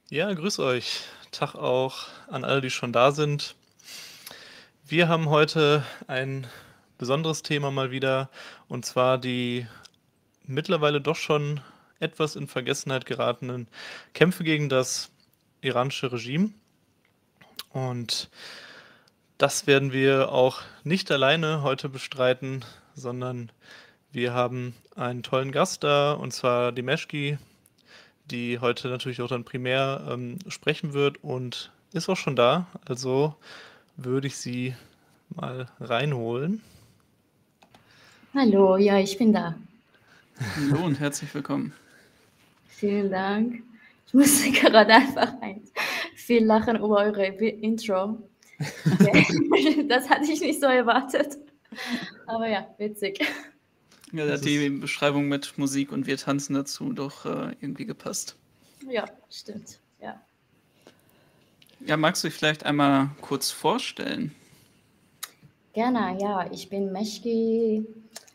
Ja, grüß euch. Tag auch an alle, die schon da sind. Wir haben heute ein besonderes Thema mal wieder, und zwar die mittlerweile doch schon etwas in Vergessenheit geratenen Kämpfe gegen das iranische Regime. Und das werden wir auch nicht alleine heute bestreiten, sondern wir haben einen tollen Gast da, und zwar die Meschki, die heute natürlich auch dann primär sprechen wird und ist auch schon da. Also würde ich sie mal reinholen. Hallo, ja, ich bin da. Hallo und herzlich willkommen. Vielen Dank. Ich musste gerade einfach viel lachen über eure Intro. Das hatte ich nicht so erwartet. Aber ja, witzig. Ja, da hat die Beschreibung mit Musik und wir tanzen dazu doch irgendwie gepasst. Ja, stimmt. Ja. Ja, magst du dich vielleicht einmal kurz vorstellen? Gerne, ja. Ich bin Meschki.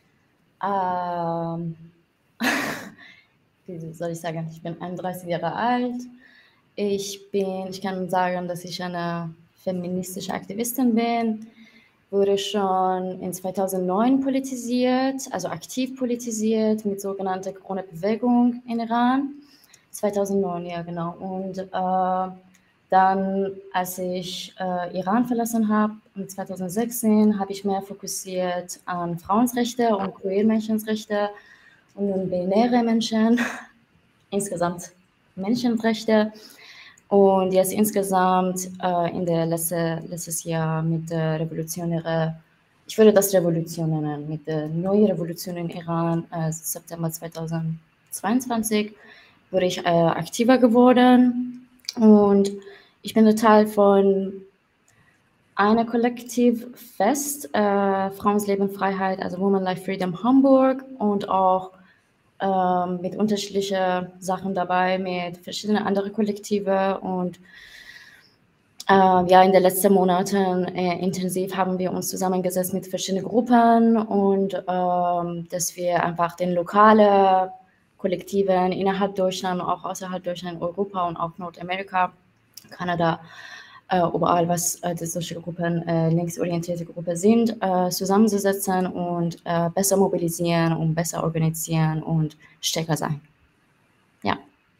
Wie soll ich sagen? Ich bin 31 Jahre alt. Ich kann sagen, dass ich eine feministische Aktivistin bin. Wurde schon in 2009 politisiert, also aktiv politisiert mit sogenannter Grüne Bewegung in Iran. 2009, ja genau. Und dann, als ich Iran verlassen habe, in 2016, habe ich mehr fokussiert an Frauenrechte und queer Menschenrechte und non-binäre Menschen, insgesamt Menschenrechte. Und jetzt insgesamt in der letztes Jahr mit der revolutionäre, ich würde das Revolution nennen, mit der neuen Revolution in Iran, September 2022, wurde ich aktiver geworden. Und ich bin Teil von einer Kollektivfest, Frauenleben Freiheit, also Women Life Freedom Hamburg, und auch mit unterschiedlichen Sachen dabei, mit verschiedenen anderen Kollektiven. Und ja, in den letzten Monaten intensiv haben wir uns zusammengesetzt mit verschiedenen Gruppen und dass wir einfach den lokalen Kollektiven innerhalb Deutschland, auch außerhalb Deutschland, Europa und auch Nordamerika, Kanada, überall, was solche Gruppen, linksorientierte Gruppen sind, zusammenzusetzen und besser mobilisieren und besser organisieren und stärker sein. Ja.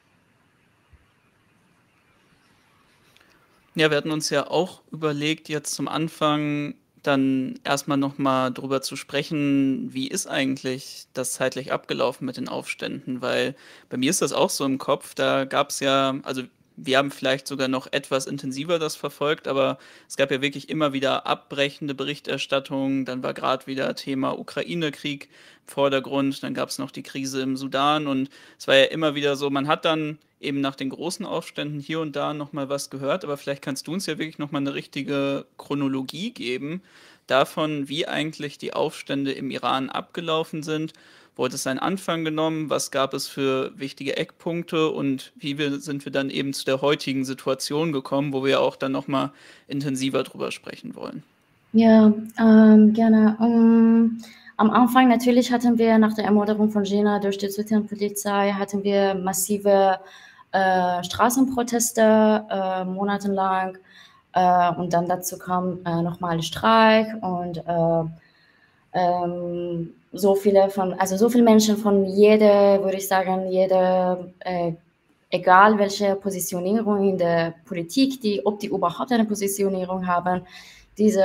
Ja, wir hatten uns ja auch überlegt, jetzt zum Anfang dann erstmal nochmal drüber zu sprechen, wie ist eigentlich das zeitlich abgelaufen mit den Aufständen, weil bei mir ist das auch so im Kopf, da gab es ja, also wir haben vielleicht sogar noch etwas intensiver das verfolgt, aber es gab ja wirklich immer wieder abbrechende Berichterstattung, dann war gerade wieder Thema Ukraine-Krieg im Vordergrund, dann gab es noch die Krise im Sudan und es war ja immer wieder so, man hat dann eben nach den großen Aufständen hier und da nochmal was gehört, aber vielleicht kannst du uns ja wirklich nochmal eine richtige Chronologie geben davon, wie eigentlich die Aufstände im Iran abgelaufen sind. Wo hat es seinen Anfang genommen? Was gab es für wichtige Eckpunkte und sind wir dann eben zu der heutigen Situation gekommen, wo wir auch dann nochmal intensiver drüber sprechen wollen? Ja, gerne. Am Anfang natürlich hatten wir nach der Ermordung von Jena durch die Polizei hatten wir massive Straßenproteste monatelang und dann dazu kam nochmal Streik und so viele Menschen von jeder, würde ich sagen, egal welche Positionierung in der Politik, ob die überhaupt eine Positionierung haben, diese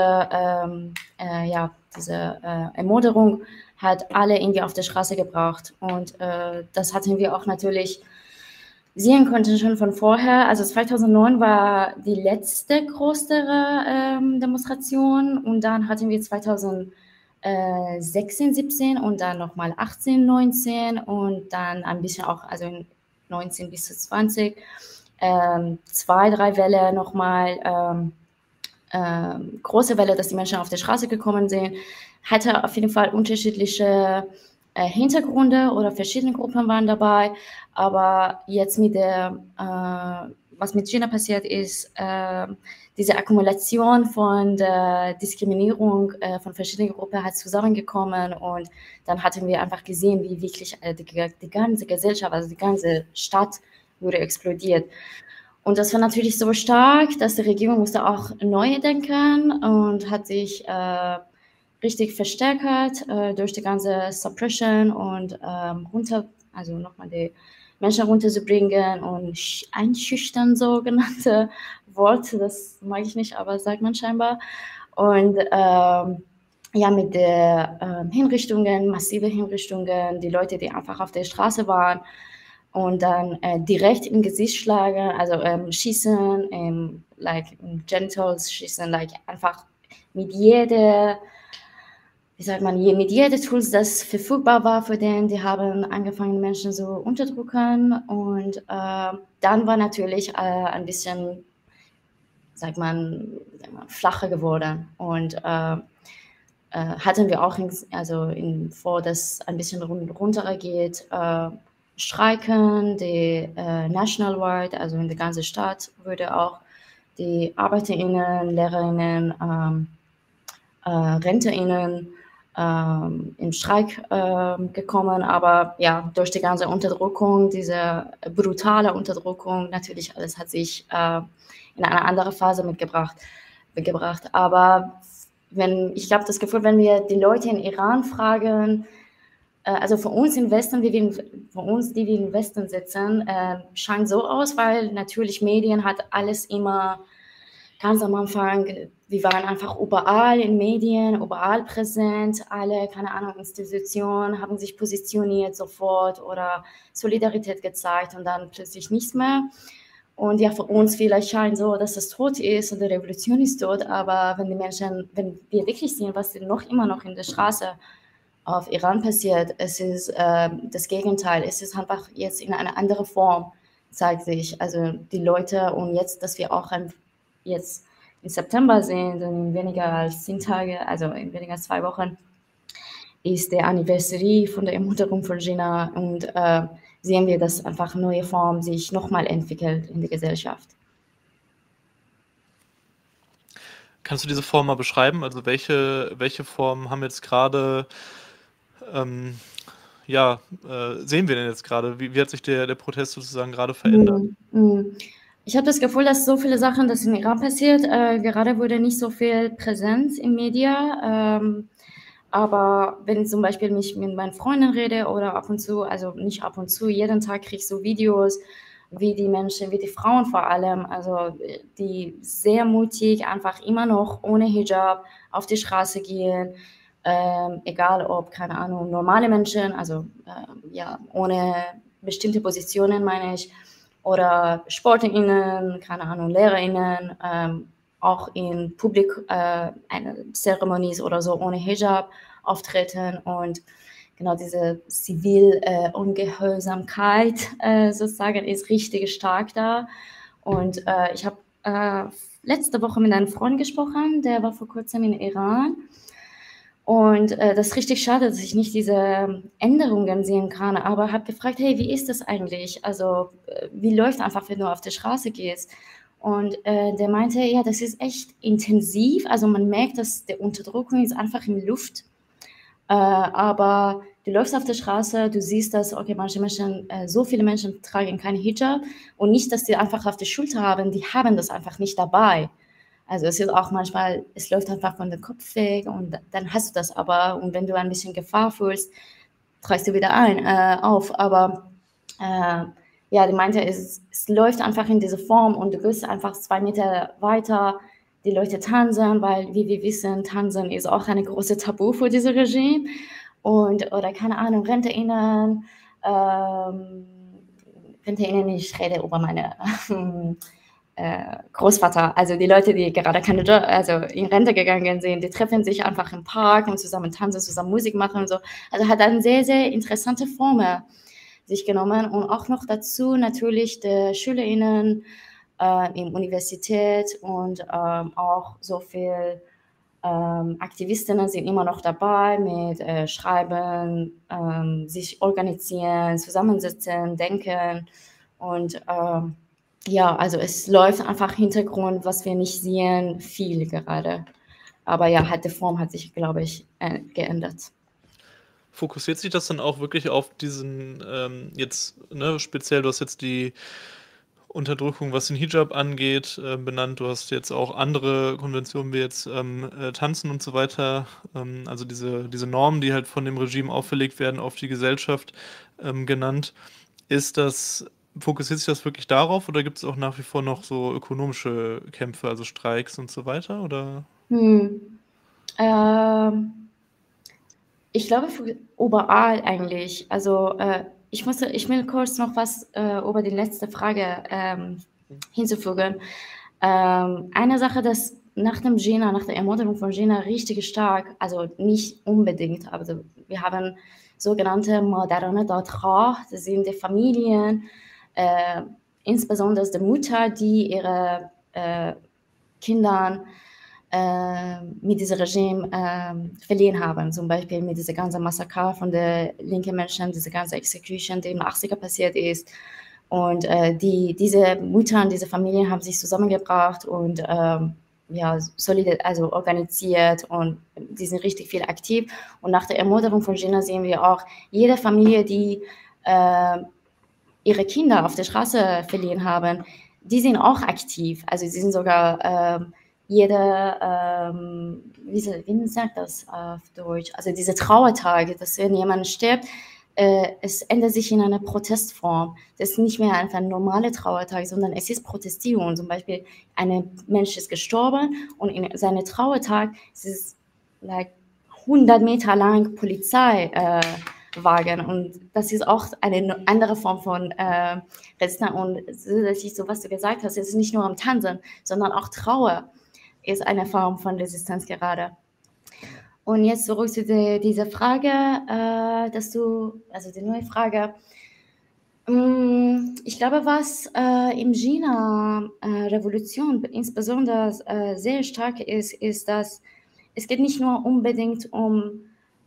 Ermorderung hat alle irgendwie auf die Straße gebracht. Und das hatten wir auch natürlich sehen konnten schon von vorher. Also 2009 war die letzte größere Demonstration und dann hatten wir 2016, 17 und dann nochmal 18, 19 und dann ein bisschen auch, also 19 bis zu 20, 2, 3 Welle nochmal, große Welle, dass die Menschen auf der Straße gekommen sind, hatte auf jeden Fall unterschiedliche Hintergründe oder verschiedene Gruppen waren dabei, aber jetzt was mit China passiert ist, diese Akkumulation von der Diskriminierung von verschiedenen Gruppen hat zusammengekommen und dann hatten wir einfach gesehen, wie wirklich die ganze Gesellschaft, also die ganze Stadt wurde explodiert. Und das war natürlich so stark, dass die Regierung musste auch neu denken und hat sich richtig verstärkt durch die ganze Suppression und also nochmal die Menschen runterzubringen und einschüchtern, sogenannte Worte, das mag ich nicht, aber sagt man scheinbar. Und ja, mit der Hinrichtungen, massive Hinrichtungen, die Leute, die einfach auf der Straße waren und dann direkt im Gesicht schlagen, also schießen, like Genitals schießen, like einfach mit jeder, wie sagt man, mit jedem Tool, das verfügbar war für den, die haben angefangen, Menschen so unterdrücken und dann war natürlich ein bisschen, sagt man, flacher geworden und hatten wir auch vor, dass ein bisschen runtergeht, Streiken, die nationalwide, also in der ganzen Stadt, würde auch die ArbeiterInnen, LehrerInnen, RenterInnen im Streik gekommen, aber ja, durch die ganze Unterdrückung, diese brutale Unterdrückung, natürlich alles hat sich in eine andere Phase mitgebracht. Aber ich habe das Gefühl, wenn wir die Leute in Iran fragen, also für uns im Westen, die wir im Westen sitzen, scheint so aus, weil natürlich Medien hat alles immer ganz am Anfang, wir waren einfach überall in Medien, überall präsent, alle, keine Ahnung, Institutionen haben sich positioniert sofort oder Solidarität gezeigt und dann plötzlich nichts mehr. Und ja, für uns vielleicht scheint so, dass es tot ist und die Revolution ist tot, aber wenn wir wirklich sehen, was immer noch in der Straße auf Iran passiert, es ist das Gegenteil, es ist einfach jetzt in einer anderen Form, zeigt sich. Also die Leute und jetzt, dass wir auch jetzt im September sind, in weniger als 10 Tage, also in weniger als 2 Wochen, ist der Anniversary von der Ermordung von Jinnah und sehen wir, dass einfach neue Form sich nochmal entwickelt in der Gesellschaft. Kannst du diese Form mal beschreiben? Also welche Formen haben jetzt gerade, sehen wir denn jetzt gerade? Wie hat sich der Protest sozusagen gerade verändert? Ich habe das Gefühl, dass so viele Sachen, das in Iran passiert, gerade wurde nicht so viel Präsenz in Media. Aber wenn ich zum Beispiel mich mit meinen Freunden rede oder ab und zu, also nicht ab und zu, jeden Tag kriege ich so Videos, wie die Menschen, wie die Frauen vor allem, also die sehr mutig einfach immer noch ohne Hijab auf die Straße gehen, egal ob, keine Ahnung, normale Menschen, also ohne bestimmte Positionen meine ich, oder SportlerInnen, keine Ahnung, LehrerInnen, auch in Zeremonies oder so ohne Hijab auftreten und genau diese Zivil-Ungehorsamkeit sozusagen ist richtig stark da. Und ich habe letzte Woche mit einem Freund gesprochen, der war vor kurzem in Iran. Und das ist richtig schade, dass ich nicht diese Änderungen sehen kann, aber habe gefragt, hey, wie ist das eigentlich? Also wie läuft einfach, wenn du auf die Straße gehst? Und der meinte, ja, das ist echt intensiv. Also man merkt, dass die Unterdrückung ist einfach in Luft. Aber du läufst auf der Straße, du siehst, dass, okay, manche Menschen, so viele Menschen tragen keine Hijab und nicht, dass die einfach auf der Schulter haben, die haben das einfach nicht dabei. Also es ist auch manchmal, es läuft einfach von den Kopf weg und dann hast du das aber und wenn du ein bisschen Gefahr fühlst, trägst du wieder auf. Aber die meinte, es läuft einfach in diese Form und du gehst einfach 2 Meter weiter, die Leute tanzen, weil, wie wir wissen, tanzen ist auch eine große Tabu für dieses Regime. Oder keine Ahnung, RenterInnen, ich rede über meine Großvater, also die Leute, die gerade in Rente gegangen sind, die treffen sich einfach im Park und zusammen tanzen, zusammen Musik machen und so. Also hat eine sehr, sehr interessante Form sich genommen und auch noch dazu natürlich die SchülerInnen in Universität und auch so viel Aktivistinnen sind immer noch dabei mit Schreiben, sich organisieren, zusammensitzen, denken und also es läuft einfach Hintergrund, was wir nicht sehen, viel gerade. Aber ja, die Form hat sich, glaube ich, geändert. Fokussiert sich das dann auch wirklich auf diesen, jetzt, ne, speziell, du hast jetzt die Unterdrückung, was den Hijab angeht, benannt. Du hast jetzt auch andere Konventionen wie jetzt Tanzen und so weiter, also diese Normen, die halt von dem Regime auferlegt werden auf die Gesellschaft, genannt. Fokussiert sich das wirklich darauf oder gibt es auch nach wie vor noch so ökonomische Kämpfe, also Streiks und so weiter? Oder? Ähm, Ich glaube überall eigentlich. Also ich will kurz noch was über die letzte Frage hinzufügen. Eine Sache, das nach der Ermordung von Gina richtig stark, also nicht unbedingt, aber wir haben sogenannte moderne Datra, das sind die Familien, insbesondere die Mutter, die ihre Kindern mit diesem Regime verliehen haben. Zum Beispiel mit dieser ganzen Massaker von den linken Menschen, diese ganze Execution, die in den 80er passiert ist. Und diese Mütter, diese Familien haben sich zusammengebracht und also organisiert und die sind richtig viel aktiv. Und nach der Ermordung von Gina sehen wir auch, jede Familie, die ihre Kinder auf der Straße verliehen haben, die sind auch aktiv. Also sie sind sogar wie sagt das auf Deutsch? Also diese Trauertage, dass wenn jemand stirbt, es ändert sich in eine Protestform. Das ist nicht mehr einfach ein normaler Trauertag, sondern es ist Protestierung. Zum Beispiel, ein Mensch ist gestorben und in seinem Trauertag ist es like 100 Meter lang Polizeiwagen und das ist auch eine andere Form von Resistenz. Und zusätzlich, so was du gesagt hast, es ist nicht nur am Tanzen, sondern auch Trauer ist eine Form von Resistenz gerade. Und jetzt zurück zu dieser Frage, also die neue Frage. Ich glaube, was in China-Revolution insbesondere sehr stark ist, dass es geht nicht nur unbedingt um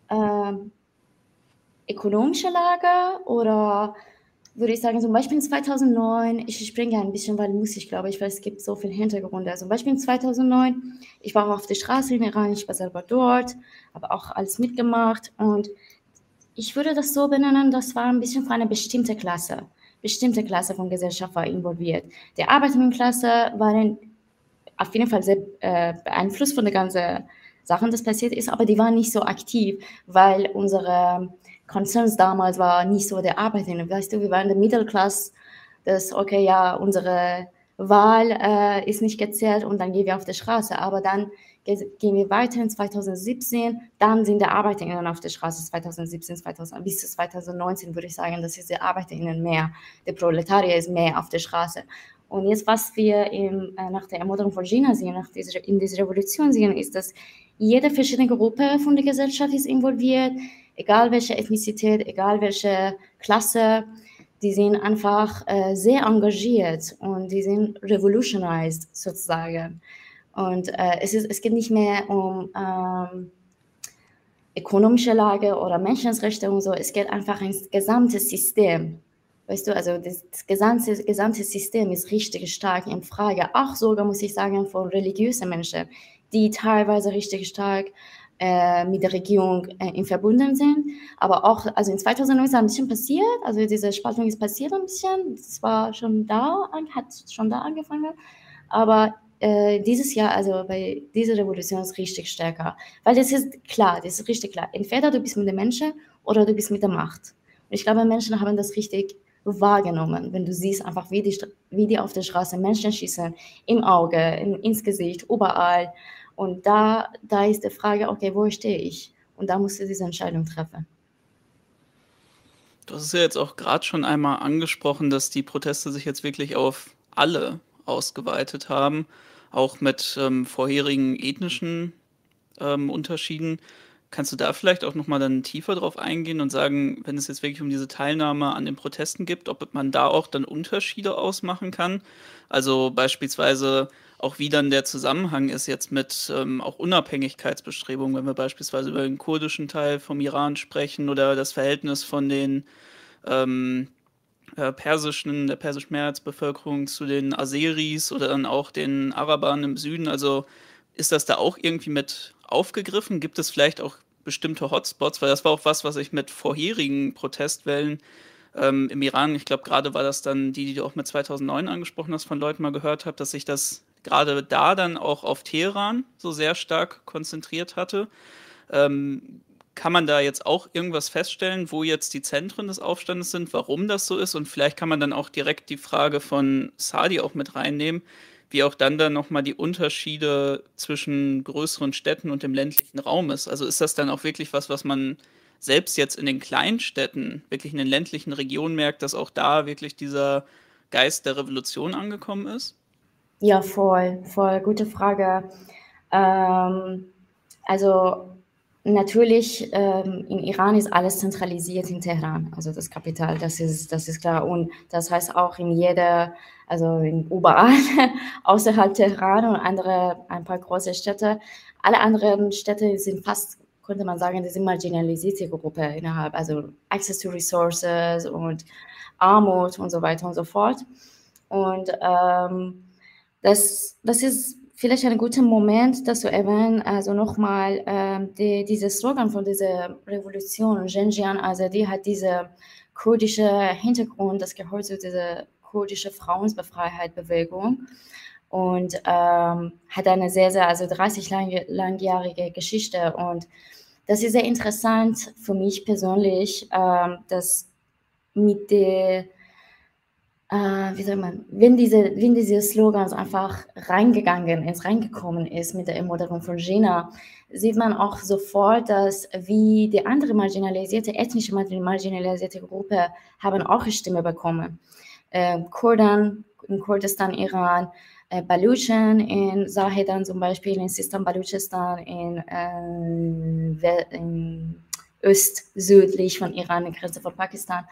ökonomische Lage oder würde ich sagen, zum Beispiel in 2009, ich springe ein bisschen, weil ich glaube, weil es gibt so viele Hintergründe. Zum Beispiel in 2009, ich war auf der Straße in Iran, ich war selber dort, habe auch alles mitgemacht und ich würde das so benennen, das war ein bisschen für eine bestimmte Klasse von Gesellschaft war involviert. Die Arbeiterinnenklasse waren auf jeden Fall sehr beeinflusst von der ganzen Sachen, das passiert ist, aber die waren nicht so aktiv, weil unsere Concerns damals war nicht so der Arbeiterinnen. Weißt du, wir waren in der Middle Class, das, okay, ja, unsere Wahl ist nicht gezählt und dann gehen wir auf die Straße. Aber dann gehen wir weiter in 2017, dann sind die Arbeiterinnen auf der Straße 2017, bis zu 2019 würde ich sagen, das ist die Arbeiterinnen mehr, der Proletarier ist mehr auf der Straße. Und jetzt, was wir nach der Ermordung von Gina sehen, in dieser Revolution sehen, ist, dass jede verschiedene Gruppe von der Gesellschaft ist involviert, egal welche Ethnizität, egal welche Klasse, die sind einfach sehr engagiert und die sind revolutionized sozusagen. Und es geht nicht mehr um ökonomische Lage oder Menschenrechte und so, es geht einfach ins gesamte System. Weißt du, also das gesamte System ist richtig stark in Frage, auch sogar, muss ich sagen, von religiösen Menschen, die teilweise richtig stark mit der Regierung in verbunden sind, aber auch, also in 2009 ist ein bisschen passiert, also diese Spaltung ist passiert ein bisschen, das war schon da, hat schon da angefangen, aber dieses Jahr, also bei dieser Revolution ist richtig stärker, weil das ist richtig klar, entweder du bist mit den Menschen oder du bist mit der Macht. Und ich glaube, Menschen haben das richtig wahrgenommen, wenn du siehst einfach, wie die auf der Straße Menschen schießen, im Auge, ins Gesicht, überall. Und da ist die Frage, okay, wo stehe ich? Und da musst du diese Entscheidung treffen. Du hast es ja jetzt auch gerade schon einmal angesprochen, dass die Proteste sich jetzt wirklich auf alle ausgeweitet haben, auch mit vorherigen ethnischen Unterschieden. Kannst du da vielleicht auch nochmal dann tiefer drauf eingehen und sagen, wenn es jetzt wirklich um diese Teilnahme an den Protesten geht, ob man da auch dann Unterschiede ausmachen kann? Also beispielsweise auch wie dann der Zusammenhang ist jetzt mit auch Unabhängigkeitsbestrebungen, wenn wir beispielsweise über den kurdischen Teil vom Iran sprechen oder das Verhältnis von den der persischen Mehrheitsbevölkerung zu den Aseris oder dann auch den Arabern im Süden. Also ist das da auch irgendwie mit aufgegriffen? Gibt es vielleicht auch bestimmte Hotspots? Weil das war auch was ich mit vorherigen Protestwellen Im Iran, ich glaube, gerade war das dann die du auch mit 2009 angesprochen hast, von Leuten mal gehört habe, dass sich das gerade da dann auch auf Teheran so sehr stark konzentriert hatte. Ähm, Kann man da jetzt auch irgendwas feststellen, wo jetzt die Zentren des Aufstandes sind, warum das so ist? Und vielleicht kann man dann auch direkt die Frage von Sadi auch mit reinnehmen, wie auch dann nochmal die Unterschiede zwischen größeren Städten und dem ländlichen Raum ist. Also ist das dann auch wirklich was man selbst jetzt in den Kleinstädten, wirklich in den ländlichen Regionen merkt, dass auch da wirklich dieser Geist der Revolution angekommen ist? Ja, voll, gute Frage. Also natürlich, im Iran ist alles zentralisiert in Teheran, also das Kapital, das ist klar. Und das heißt auch also überall außerhalb Teheran und ein paar große Städte. Alle anderen Städte sind fast, könnte man sagen, die sind marginalisierte Gruppe innerhalb, also Access to Resources und Armut und so weiter und so fort. Und das ist vielleicht ein guter Moment, das zu erwähnen, also nochmal dieser Slogan von dieser Revolution, Zengian, also die hat diese kurdische Hintergrund, das gehört zu dieser kurdische Frauenbefreiheitsbewegung und hat eine sehr, also langjährige Geschichte und das ist sehr interessant für mich persönlich, dass mit der wie soll man, wenn diese Slogans einfach reingekommen ist mit der Ermordung von Jina, sieht man auch sofort, dass wie die andere ethnisch marginalisierte Gruppe haben auch eine Stimme bekommen. Kurden in Kurdistan, Iran, Baluchen in Zahedan zum Beispiel, in Sistan Baluchistan, in südlich von Iran, in der Grenze von Pakistan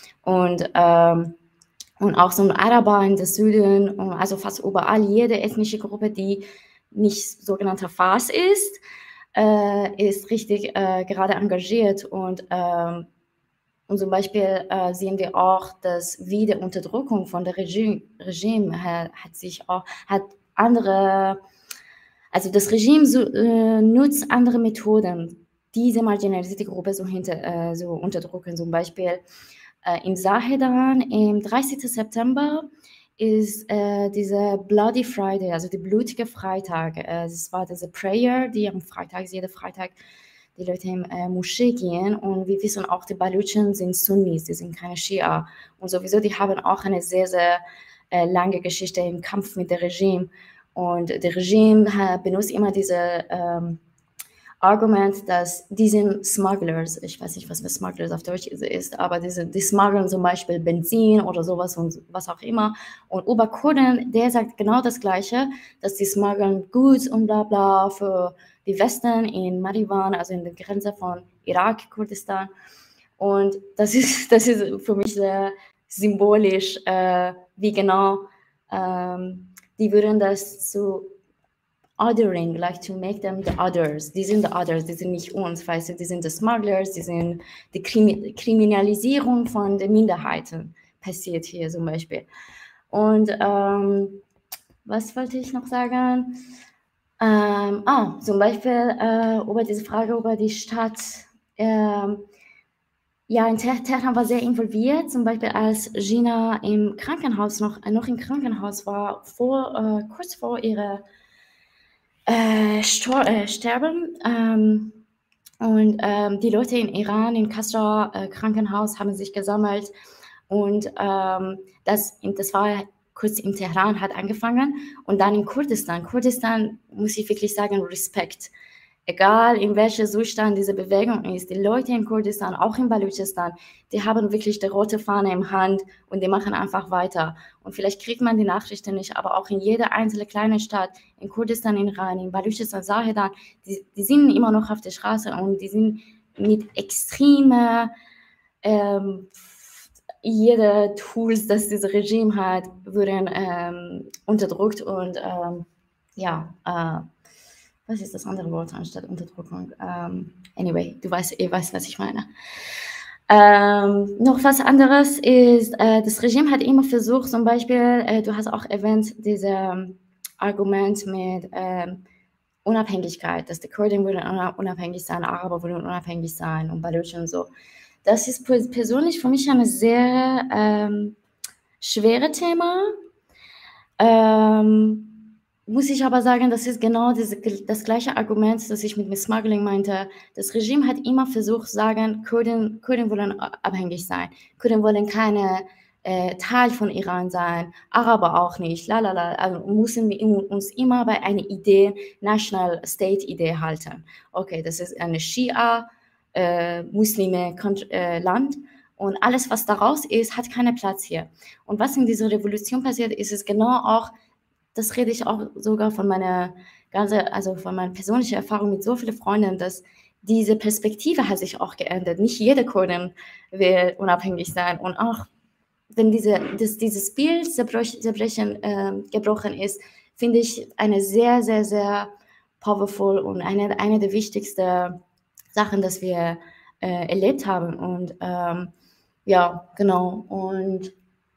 und auch so ein Araber in der Süden, also fast überall, jede ethnische Gruppe, die nicht sogenannter Fars ist richtig gerade engagiert und zum Beispiel sehen wir auch, dass wie die Unterdrückung von der Regime hat andere, also das Regime nutzt andere Methoden, diese marginalisierte Gruppe so unterdrücken, zum Beispiel im Zahedan, im 30. September ist dieser Bloody Friday, also die blutige Freitag. Es war diese Prayer, die am Freitag, jeder Freitag, die Leute in Moschee gehen. Und wir wissen auch, die Baluchen sind Sunnis, die sind keine Schia. Und sowieso, die haben auch eine sehr, sehr lange Geschichte im Kampf mit dem Regime. Und das Regime benutzt immer diese Argument, dass die sind Smugglers, ich weiß nicht, was für Smugglers auf Deutsch ist, aber die smuggeln zum Beispiel Benzin oder sowas und was auch immer. Und über Kurden, der sagt genau das Gleiche, dass die smuggeln Goods und bla bla für die Westen in Mariwan, also in der Grenze von Irak, Kurdistan. Und das ist für mich sehr symbolisch, wie genau die würden das zu othering, like to make them the others. Die sind the others, die sind nicht uns, weißt du, die sind die Smugglers, die sind die Kriminalisierung von den Minderheiten passiert hier zum Beispiel. Und was wollte ich noch sagen? Zum Beispiel über diese Frage über die Stadt. Ja, in Teheran war sehr involviert, zum Beispiel als Jina im Krankenhaus noch im Krankenhaus war, kurz vor ihrer sterben. Und die Leute in Iran, in Kasra Krankenhaus, haben sich gesammelt. Und das war kurz in Teheran, hat angefangen. Und dann in Kurdistan. Kurdistan, muss ich wirklich sagen, Respekt. Egal in welchem Zustand diese Bewegung ist, die Leute in Kurdistan, auch in Baluchistan, die haben wirklich die rote Fahne im Hand und die machen einfach weiter. Und vielleicht kriegt man die Nachrichten nicht, aber auch in jeder einzelnen kleinen Stadt, in Kurdistan, in Iran, in Baluchistan, Zahedan, die sind immer noch auf der Straße und die sind mit extremen jede Tools, das dieses Regime hat, wurden unterdrückt und was ist das andere Wort anstatt Unterdrückung? Anyway, ihr weißt, was ich meine. Noch was anderes ist, das Regime hat immer versucht, zum Beispiel, du hast auch erwähnt, dieses Argument mit Unabhängigkeit, dass die Kurden würden unabhängig sein, Araber würden unabhängig sein und Baluchen und so. Das ist persönlich für mich ein sehr schweres Thema. Muss ich aber sagen, das ist genau das gleiche Argument, das ich mit Smuggling meinte. Das Regime hat immer versucht zu sagen, Kurden wollen abhängig sein. Kurden wollen keine Teil von Iran sein, Araber auch nicht, lalala. Also müssen wir uns immer bei einer Idee, National State Idee halten. Okay, das ist eine Schia, Muslime Land und alles, was daraus ist, hat keinen Platz hier. Und was in dieser Revolution passiert, ist es genau auch, das rede ich auch sogar von meiner von meiner persönlichen Erfahrung mit so vielen Freunden, dass diese Perspektive hat sich auch geändert. Nicht jede Kurdin will unabhängig sein und auch wenn dieses Bild gebrochen ist, finde ich eine sehr, sehr, sehr powerful und eine der wichtigsten Sachen, das wir erlebt haben. Und ja, genau. Und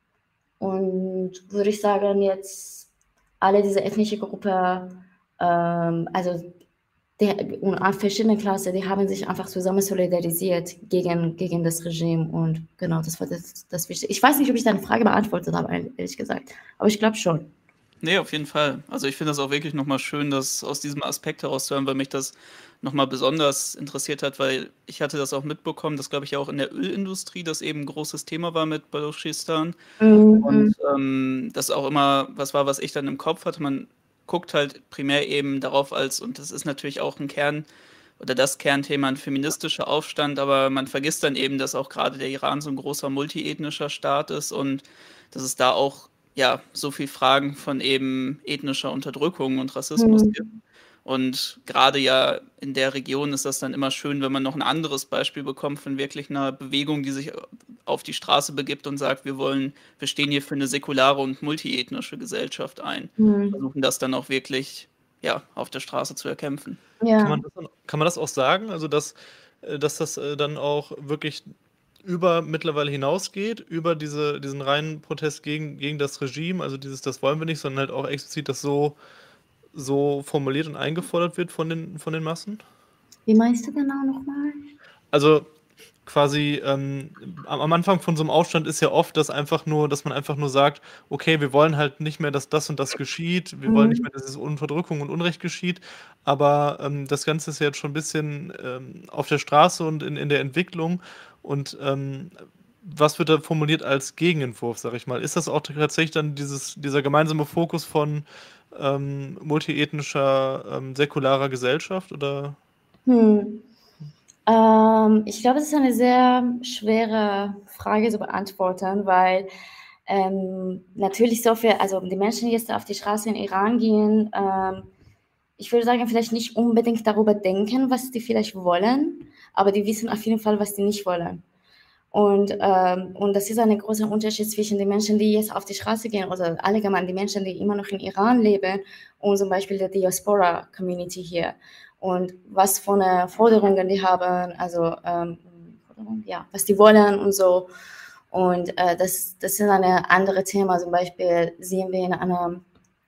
würde ich sagen, jetzt alle diese ethnische Gruppe, also und verschiedene Klassen, die haben sich einfach zusammen solidarisiert gegen das Regime und genau, das war das Wichtige. Ich weiß nicht, ob ich deine Frage beantwortet habe, ehrlich gesagt, aber ich glaube schon. Nee, auf jeden Fall. Also ich finde das auch wirklich nochmal schön, das aus diesem Aspekt herauszuhören, weil mich das nochmal besonders interessiert hat, weil ich hatte das auch mitbekommen, dass, glaube ich, auch in der Ölindustrie das eben ein großes Thema war mit Baluchistan. Und das auch immer was war, was ich dann im Kopf hatte. Man guckt halt primär eben darauf und das ist natürlich auch ein Kern oder das Kernthema, ein feministischer Aufstand, aber man vergisst dann eben, dass auch gerade der Iran so ein großer multiethnischer Staat ist und dass es da auch ja so viel Fragen von eben ethnischer Unterdrückung und Rassismus gibt. Und gerade ja in der Region ist das dann immer schön, wenn man noch ein anderes Beispiel bekommt von wirklich einer Bewegung, die sich auf die Straße begibt und sagt, wir stehen hier für eine säkulare und multiethnische Gesellschaft ein. Versuchen das dann auch wirklich ja, auf der Straße zu erkämpfen. Ja. Kann man das auch sagen? Also, dass das dann auch wirklich über mittlerweile hinausgeht, über diesen reinen Protest gegen das Regime, also das wollen wir nicht, sondern halt auch explizit das so formuliert und eingefordert wird von den Massen? Wie meinst du genau nochmal? Also quasi am Anfang von so einem Aufstand ist ja oft, dass man einfach nur sagt, okay, wir wollen halt nicht mehr, dass das und das geschieht, wir wollen nicht mehr, dass es Unterdrückung und Unrecht geschieht, aber das Ganze ist ja jetzt schon ein bisschen auf der Straße und in der Entwicklung und was wird da formuliert als Gegenentwurf, sag ich mal? Ist das auch tatsächlich dann dieser gemeinsame Fokus von multiethnischer, säkularer Gesellschaft oder? Ich glaube, es ist eine sehr schwere Frage zu beantworten, weil natürlich also die Menschen, die jetzt auf die Straße in Iran gehen, ich würde sagen, vielleicht nicht unbedingt darüber denken, was die vielleicht wollen, aber die wissen auf jeden Fall, was die nicht wollen. Und das ist ein großer Unterschied zwischen den Menschen, die jetzt auf die Straße gehen oder allgemein die Menschen, die immer noch in Iran leben und zum Beispiel der Diaspora-Community hier. Und was für eine Forderungen die haben, also was die wollen und so. Und das ist ein anderes Thema. Zum Beispiel sehen wir in einer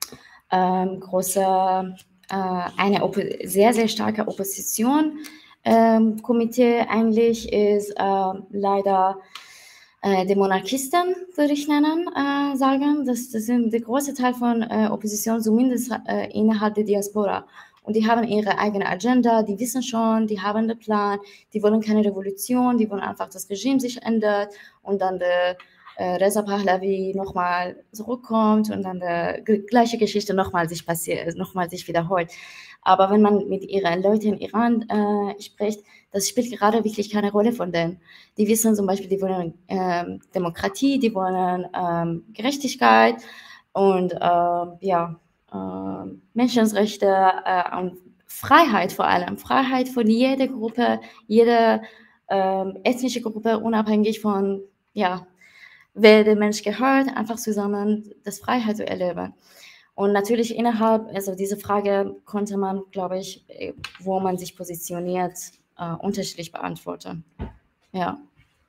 eine sehr, sehr starke Opposition. Komitee eigentlich ist leider die Monarchisten, würde ich sagen. Das sind der große Teil von Opposition, zumindest innerhalb der Diaspora. Und die haben ihre eigene Agenda, die wissen schon, die haben den Plan, die wollen keine Revolution, die wollen einfach, dass das Regime sich ändert und dann der Reza Pahlavi nochmal zurückkommt und dann die gleiche Geschichte nochmal sich wiederholt. Aber wenn man mit ihren Leuten in Iran spricht, das spielt gerade wirklich keine Rolle von denen. Die wissen zum Beispiel, die wollen Demokratie, die wollen Gerechtigkeit und Menschenrechte und Freiheit vor allem. Freiheit von jeder Gruppe, jede ethnische Gruppe, unabhängig von, wer der Mensch gehört, einfach zusammen das Freiheit zu erleben. Und natürlich also diese Frage konnte man, glaube ich, wo man sich positioniert, unterschiedlich beantworten. Ja.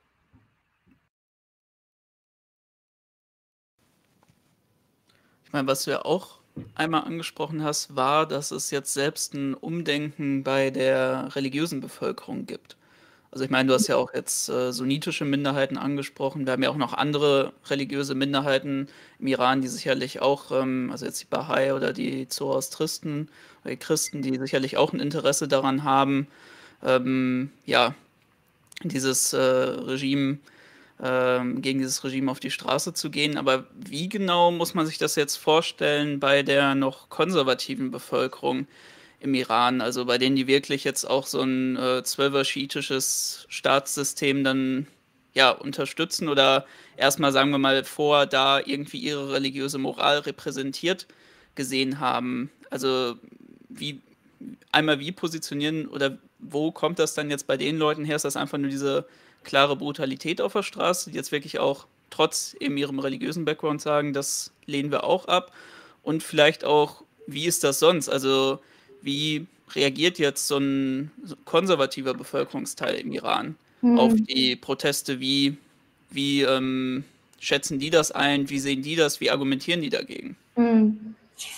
Ich meine, was du ja auch einmal angesprochen hast, war, dass es jetzt selbst ein Umdenken bei der religiösen Bevölkerung gibt. Also ich meine, du hast ja auch jetzt sunnitische Minderheiten angesprochen. Wir haben ja auch noch andere religiöse Minderheiten im Iran, die sicherlich auch, also jetzt die Bahai oder die Zoroastristen oder die Christen, die sicherlich auch ein Interesse daran haben, ja, dieses Regime, gegen dieses Regime auf die Straße zu gehen. Aber wie genau muss man sich das jetzt vorstellen bei der noch konservativen Bevölkerung im Iran? Also bei denen, die wirklich jetzt auch so ein 12er-schiitisches Staatssystem dann ja unterstützen oder erstmal, sagen wir mal, vor da irgendwie ihre religiöse Moral repräsentiert gesehen haben. Also wie wie positionieren oder wo kommt das dann jetzt bei den Leuten her? Ist das einfach nur diese klare Brutalität auf der Straße, die jetzt wirklich auch trotz eben ihrem religiösen Background sagen, das lehnen wir auch ab? Und vielleicht auch, wie ist das sonst? Also wie reagiert jetzt so ein konservativer Bevölkerungsteil im Iran auf Hm. die Proteste? Wie schätzen die das ein? Wie sehen die das? Wie argumentieren die dagegen? Hm.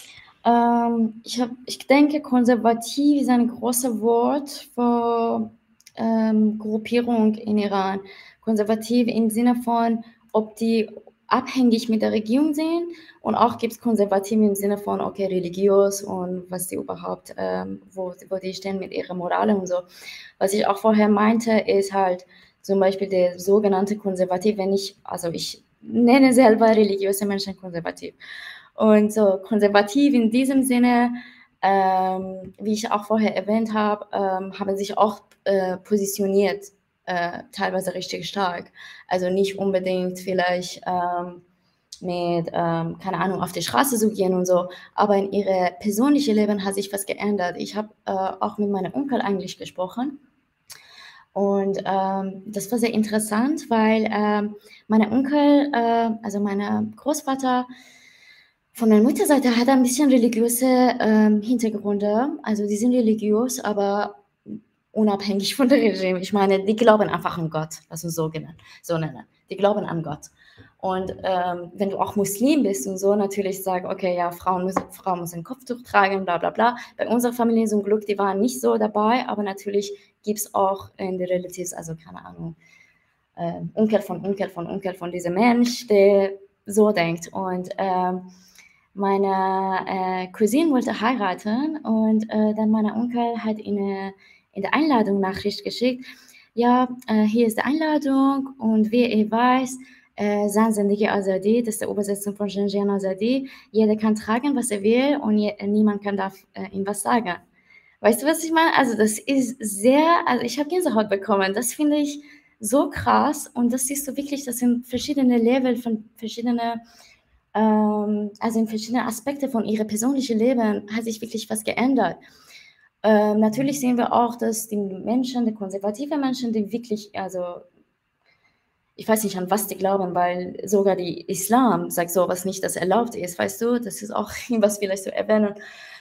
Ich denke, konservativ ist ein großes Wort für Gruppierung in Iran. Konservativ im Sinne von, ob die abhängig mit der Regierung sind, und auch gibt es konservativ im Sinne von, okay, religiös und was die überhaupt, wo die stehen mit ihrer Moral und so. Was ich auch vorher meinte, ist halt zum Beispiel der sogenannte Konservativ, also ich nenne selber religiöse Menschen konservativ. Und so konservativ in diesem Sinne, wie ich auch vorher erwähnt habe, haben sich auch positioniert, teilweise richtig stark. Also nicht unbedingt vielleicht mit, keine Ahnung, auf die Straße zu gehen und so, aber in ihrem persönlichen Leben hat sich was geändert. Ich habe auch mit meinem Onkel eigentlich gesprochen. Und das war sehr interessant, weil mein Onkel, also mein Großvater, von der Mutterseite hat ein bisschen religiöse Hintergründe. Also die sind religiös, aber unabhängig von dem Regime. Ich meine, die glauben einfach an Gott, lass uns so nennen. Die glauben an Gott. Und wenn du auch Muslim bist und so, natürlich sagen, okay, ja, Frauen müssen ein Kopftuch tragen, bla bla bla. Bei unserer Familie zum Glück, die waren nicht so dabei, aber natürlich gibt es auch in den Relatives, also keine Ahnung, Onkel von diesem Mensch, der so denkt. Und meine Cousine wollte heiraten und dann mein Onkel hat in der Einladung Nachricht geschickt, ja, hier ist die Einladung und wie ihr weiß, Zan Zendegi Azadi, das ist die Übersetzung von Janjian Azadi, jeder kann tragen, was er will und niemand darf ihm was sagen. Weißt du, was ich meine? Also das ist also ich habe Gänsehaut bekommen, das finde ich so krass, und das siehst du wirklich, das sind verschiedene Level von also in verschiedenen Aspekten von ihrem persönlichen Leben hat sich wirklich was geändert. Natürlich sehen wir auch, dass die Menschen, die konservative Menschen, die wirklich, also ich weiß nicht, an was die glauben, weil sogar die Islam sagt sowas nicht, das erlaubt ist, weißt du, das ist auch was vielleicht zu erwähnen.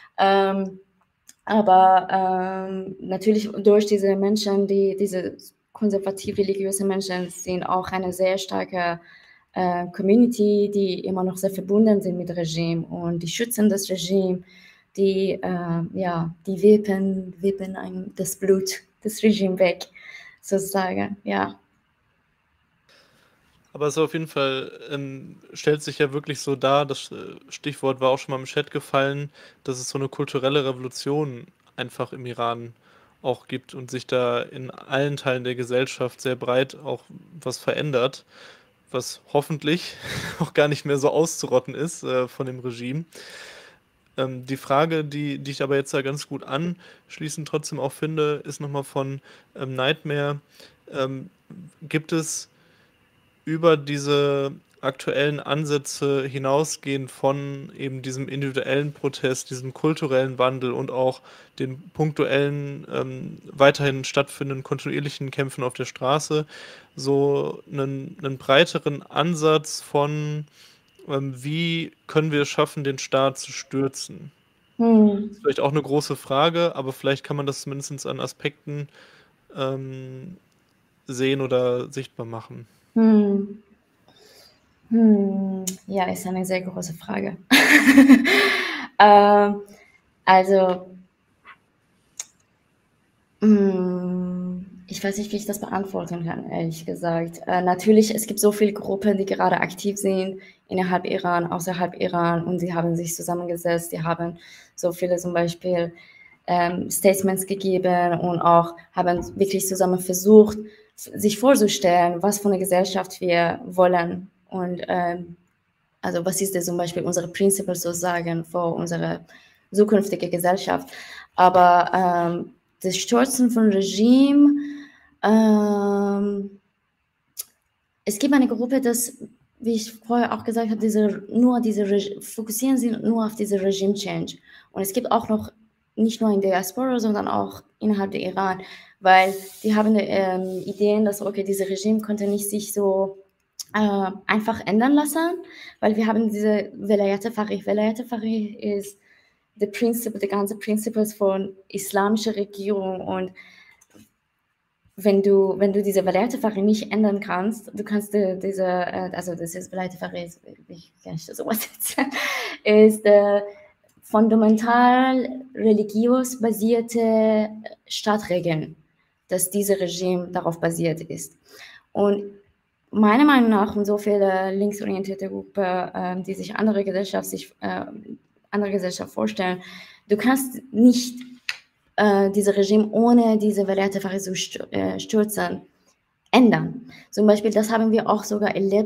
Aber natürlich durch diese Menschen, diese konservativ religiöse Menschen sind auch eine sehr starke Community, die immer noch sehr verbunden sind mit dem Regime, und die schützen das Regime, die wippen das Blut des Regimes weg, sozusagen, ja. Aber es ist auf jeden Fall, stellt sich ja wirklich so dar, das Stichwort war auch schon mal im Chat gefallen, dass es so eine kulturelle Revolution einfach im Iran auch gibt und sich da in allen Teilen der Gesellschaft sehr breit auch was verändert, was hoffentlich auch gar nicht mehr so auszurotten ist von dem Regime. Die Frage, die ich aber jetzt da ganz gut anschließend trotzdem auch finde, ist nochmal von Nightmare. Gibt es über diese aktuellen Ansätze hinausgehend von eben diesem individuellen Protest, diesem kulturellen Wandel und auch den punktuellen, weiterhin stattfindenden kontinuierlichen Kämpfen auf der Straße, so einen breiteren Ansatz von, wie können wir es schaffen, den Staat zu stürzen? Das ist vielleicht auch eine große Frage, aber vielleicht kann man das zumindest an Aspekten sehen oder sichtbar machen. Ja, ist eine sehr große Frage. Also, Ich weiß nicht, wie ich das beantworten kann, ehrlich gesagt. Natürlich, es gibt so viele Gruppen, die gerade aktiv sind, innerhalb Iran, außerhalb Iran, und sie haben sich zusammengesetzt, die haben so viele zum Beispiel Statements gegeben und auch haben wirklich zusammen versucht, sich vorzustellen, was für eine Gesellschaft wir wollen und also was ist denn zum Beispiel unsere Prinzipien sozusagen für unsere zukünftige Gesellschaft. Aber das Stürzen von Regime, es gibt eine Gruppe, das, wie ich vorher auch gesagt habe, fokussieren sie nur auf diese Regime-Change. Und es gibt auch noch, nicht nur in der Diaspora, sondern auch innerhalb der Iran, weil die haben Ideen, dass, okay, dieses Regime konnte nicht sich so einfach ändern lassen, weil wir haben diese Velayat-e-Faqih. Velayat-e-Faqih ist die ganze Prinzip von islamischer Regierung, und wenn du diese Velayat-e-Faqih nicht ändern kannst, du kannst also das ist Velayat-e-Faqih, wie kann ich das übersetzen, ist fundamental religiös basierte Staatsregeln, dass dieses Regime darauf basiert ist. Und meiner Meinung nach, und so viele linksorientierte Gruppen, die sich andere Gesellschaft vorstellen, du kannst nicht dieses Regime ohne diese Velayat-e-Faqih zu stürzen, ändern. Zum Beispiel, das haben wir auch sogar erlebt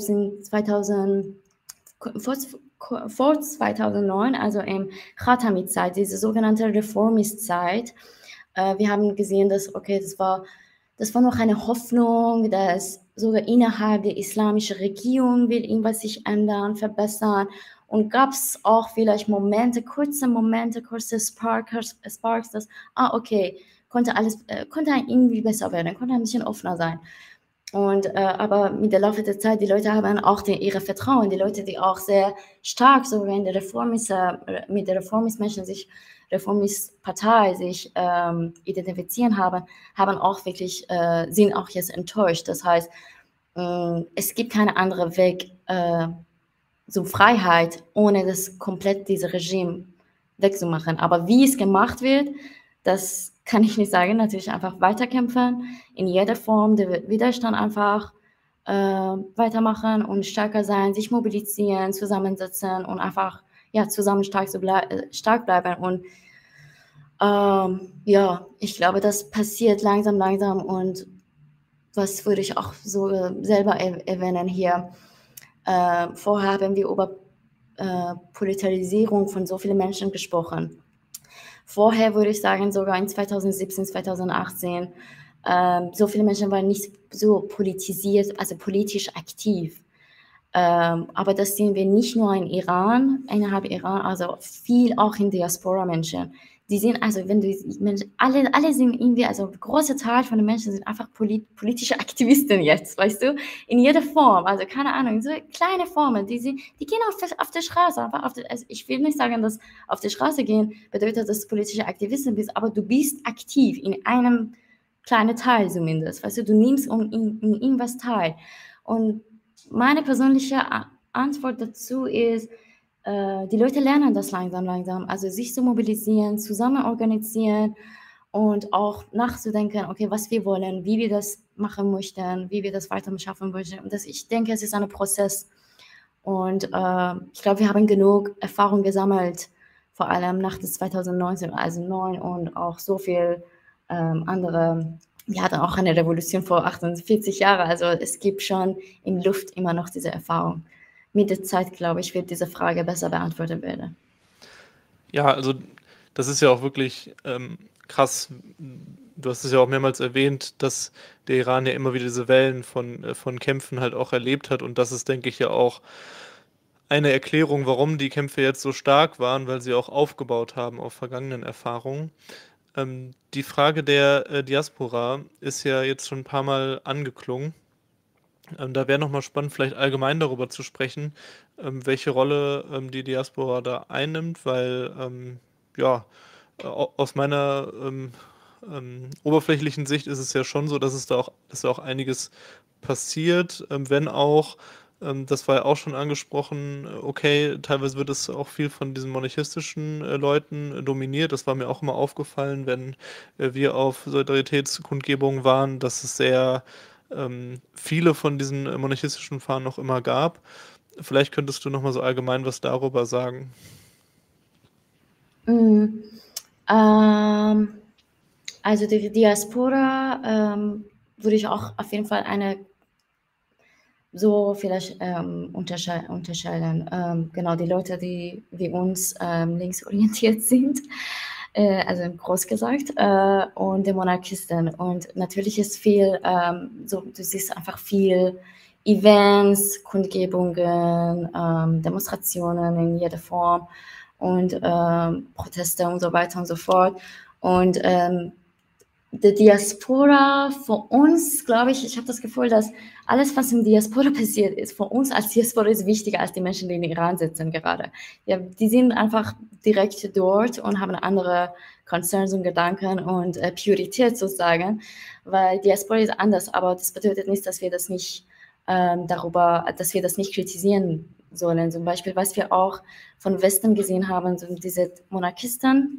vor 2009, also im Khatami-Zeit, diese sogenannte Reformist-Zeit. Wir haben gesehen, dass, okay, das war noch eine Hoffnung, dass sogar innerhalb der islamischen Regierung will irgendwas sich ändern, verbessern. Und gab es auch vielleicht kurze Sparks, dass, okay, konnte irgendwie besser werden, konnte ein bisschen offener sein. Und aber mit der Laufe der Zeit, die Leute haben auch ihre Vertrauen, die Leute, die auch sehr stark so in der mit der Reformist-Partei sich identifizieren haben auch wirklich, sind auch jetzt enttäuscht. Das heißt, es gibt keinen anderen Weg zur Freiheit, ohne das komplett dieses Regime wegzumachen. Aber wie es gemacht wird, das kann ich nicht sagen. Natürlich einfach weiterkämpfen, in jeder Form, der Widerstand einfach weitermachen und stärker sein, sich mobilisieren, zusammensetzen und einfach zusammen stark bleiben. Und ich glaube, das passiert langsam und was würde ich auch so selber erwähnen hier. Vorher haben wir über Politisierung von so vielen Menschen gesprochen. Vorher würde ich sagen, sogar in 2017, 2018, so viele Menschen waren nicht so politisiert, also politisch aktiv. Aber das sehen wir nicht nur in Iran, innerhalb Iran, also viel auch in Diaspora-Menschen. Die sind, also alle sind irgendwie, also ein großer Teil von den Menschen sind einfach politische Aktivisten jetzt, weißt du, in jeder Form, also keine Ahnung, so kleine Formen, die gehen auf der Straße, also ich will nicht sagen, dass auf der Straße gehen bedeutet, dass du politische Aktivisten bist, aber du bist aktiv in einem kleinen Teil zumindest, weißt du, du nimmst in irgendwas teil. Und meine persönliche Antwort dazu ist, die Leute lernen das langsam, also sich zu mobilisieren, zusammen organisieren und auch nachzudenken, okay, was wir wollen, wie wir das machen möchten, wie wir das weiter schaffen möchten. Und ich denke, es ist ein Prozess. Und ich glaube, wir haben genug Erfahrung gesammelt, vor allem nach des 2019, also 9 und auch so viel andere. Wir hatten auch eine Revolution vor 48 Jahren, also es gibt schon in Luft immer noch diese Erfahrung. Mit der Zeit, glaube ich, wird diese Frage besser beantwortet werden. Ja, also das ist ja auch wirklich krass. Du hast es ja auch mehrmals erwähnt, dass der Iran ja immer wieder diese Wellen von Kämpfen halt auch erlebt hat. Und das ist, denke ich, ja auch eine Erklärung, warum die Kämpfe jetzt so stark waren, weil sie auch aufgebaut haben auf vergangenen Erfahrungen. Die Frage der Diaspora ist ja jetzt schon ein paar Mal angeklungen. Da wäre nochmal spannend, vielleicht allgemein darüber zu sprechen, welche Rolle die Diaspora da einnimmt, weil aus meiner oberflächlichen Sicht ist es ja schon so, dass da auch einiges passiert, wenn auch das war ja auch schon angesprochen, okay, teilweise wird es auch viel von diesen monarchistischen Leuten dominiert. Das war mir auch immer aufgefallen, wenn wir auf Solidaritätskundgebungen waren, dass es sehr viele von diesen monarchistischen Fahnen noch immer gab. Vielleicht könntest du noch mal so allgemein was darüber sagen. Also die Diaspora würde ich auch auf jeden Fall eine so vielleicht unterscheiden. Genau, die Leute, die wie uns linksorientiert sind, also groß gesagt, und die Monarchisten. Und natürlich ist viel, so du siehst einfach viel Events, Kundgebungen, Demonstrationen in jeder Form und Proteste und so weiter und so fort. Und die Diaspora für uns, glaube ich habe das Gefühl, dass alles, was in Diaspora passiert ist, für uns als Diaspora ist wichtiger als die Menschen, die in Iran sitzen gerade. Ja, die sind einfach direkt dort und haben andere Concerns und Gedanken und Priorität sozusagen, weil Diaspora ist anders, aber das bedeutet nicht, dass wir das nicht dass wir das nicht kritisieren sollen. Zum Beispiel, was wir auch von Westen gesehen haben, so diese Monarchisten,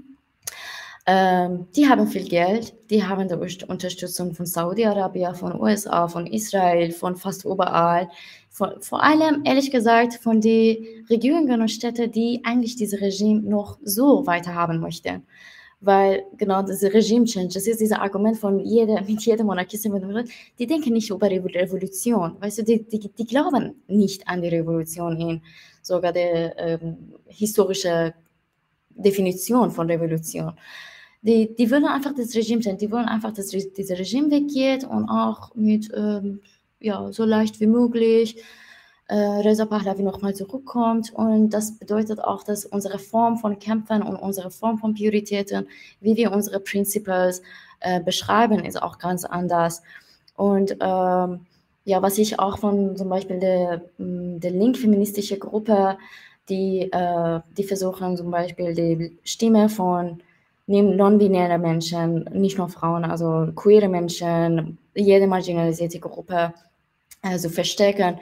die haben viel Geld, die haben die Unterstützung von Saudi-Arabien, von USA, von Israel, von fast überall. Vor allem, ehrlich gesagt, von den Regierungen und Städten, die eigentlich dieses Regime noch so weiterhaben möchten. Weil genau diese Regime-Change, das ist dieses Argument von mit jeder Monarchistin, die denken nicht über Revolution. Weißt du, die glauben nicht an die Revolution in sogar der historische Definition von Revolution. Die wollen einfach das Regime sein, die wollen einfach, dass dieses Regime weggeht und auch mit so leicht wie möglich Reza Pahlavi nochmal zurückkommt. Und das bedeutet auch, dass unsere Form von Kämpfen und unsere Form von Prioritäten, wie wir unsere Principles beschreiben, ist auch ganz anders. Und was ich auch von zum Beispiel der linkfeministischen Gruppe, die versuchen zum Beispiel die Stimme von non-binäre Menschen, nicht nur Frauen, also queere Menschen, jede marginalisierte Gruppe zu verstärken.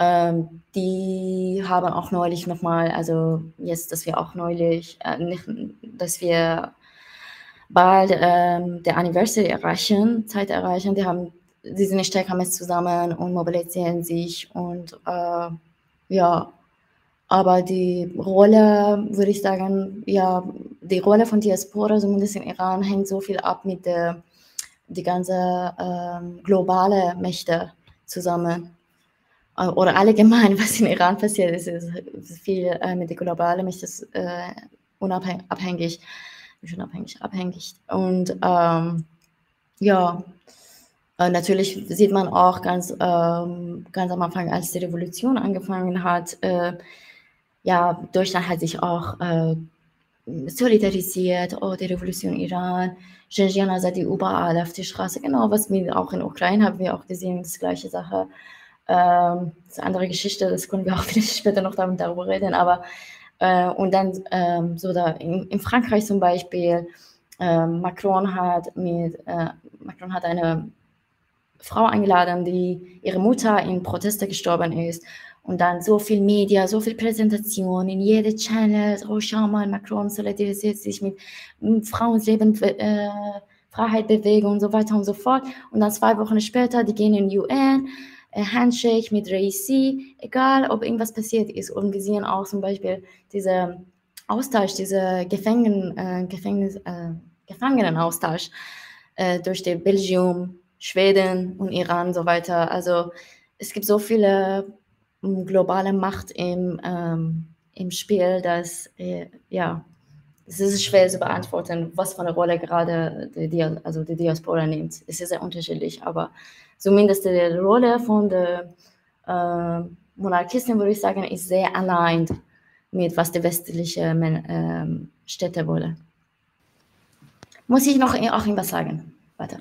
Die haben auch neulich nochmal, also jetzt, dass wir auch neulich, dass wir bald der Anniversary Zeit erreichen, die sind stärker mit zusammen und mobilisieren sich und aber die Rolle, würde ich sagen, die Rolle von Diaspora, zumindest in Iran, hängt so viel ab mit die ganze globale Mächte zusammen. Oder allgemein, was in Iran passiert, ist viel mit der globalen Mächte abhängig. Und natürlich sieht man auch ganz am Anfang, als die Revolution angefangen hat, Deutschland hat sich auch solidarisiert, die Revolution Iran, Janjan Azadi überall auf der Straße, genau, was wir auch in Ukraine haben wir auch gesehen, das gleiche Sache. Das ist eine andere Geschichte, das können wir auch vielleicht später noch darüber reden, aber und dann in Frankreich zum Beispiel, Macron hat eine Frau eingeladen, die ihre Mutter in Proteste gestorben ist. Und dann so viel Media, so viel Präsentation in jede Channel. Oh, schau mal, Macron solidarisiert sich mit Frauenleben, Freiheitsbewegung und so weiter und so fort. Und dann 2 Wochen später, die gehen in UN, Handshake mit Raisi, egal ob irgendwas passiert ist. Und wir sehen auch zum Beispiel diese Austausch, diese Gefangenenaustausch durch die Belgium, Schweden und Iran und so weiter. Also es gibt so viele globale Macht im Spiel, dass es ist schwer zu beantworten, was für eine Rolle gerade die Diaspora nimmt. Es ist sehr unterschiedlich, aber zumindest die Rolle von der Monarchisten, würde ich sagen, ist sehr aligned mit was die westliche Städte wollen. Muss ich noch auch irgendwas sagen? Warte.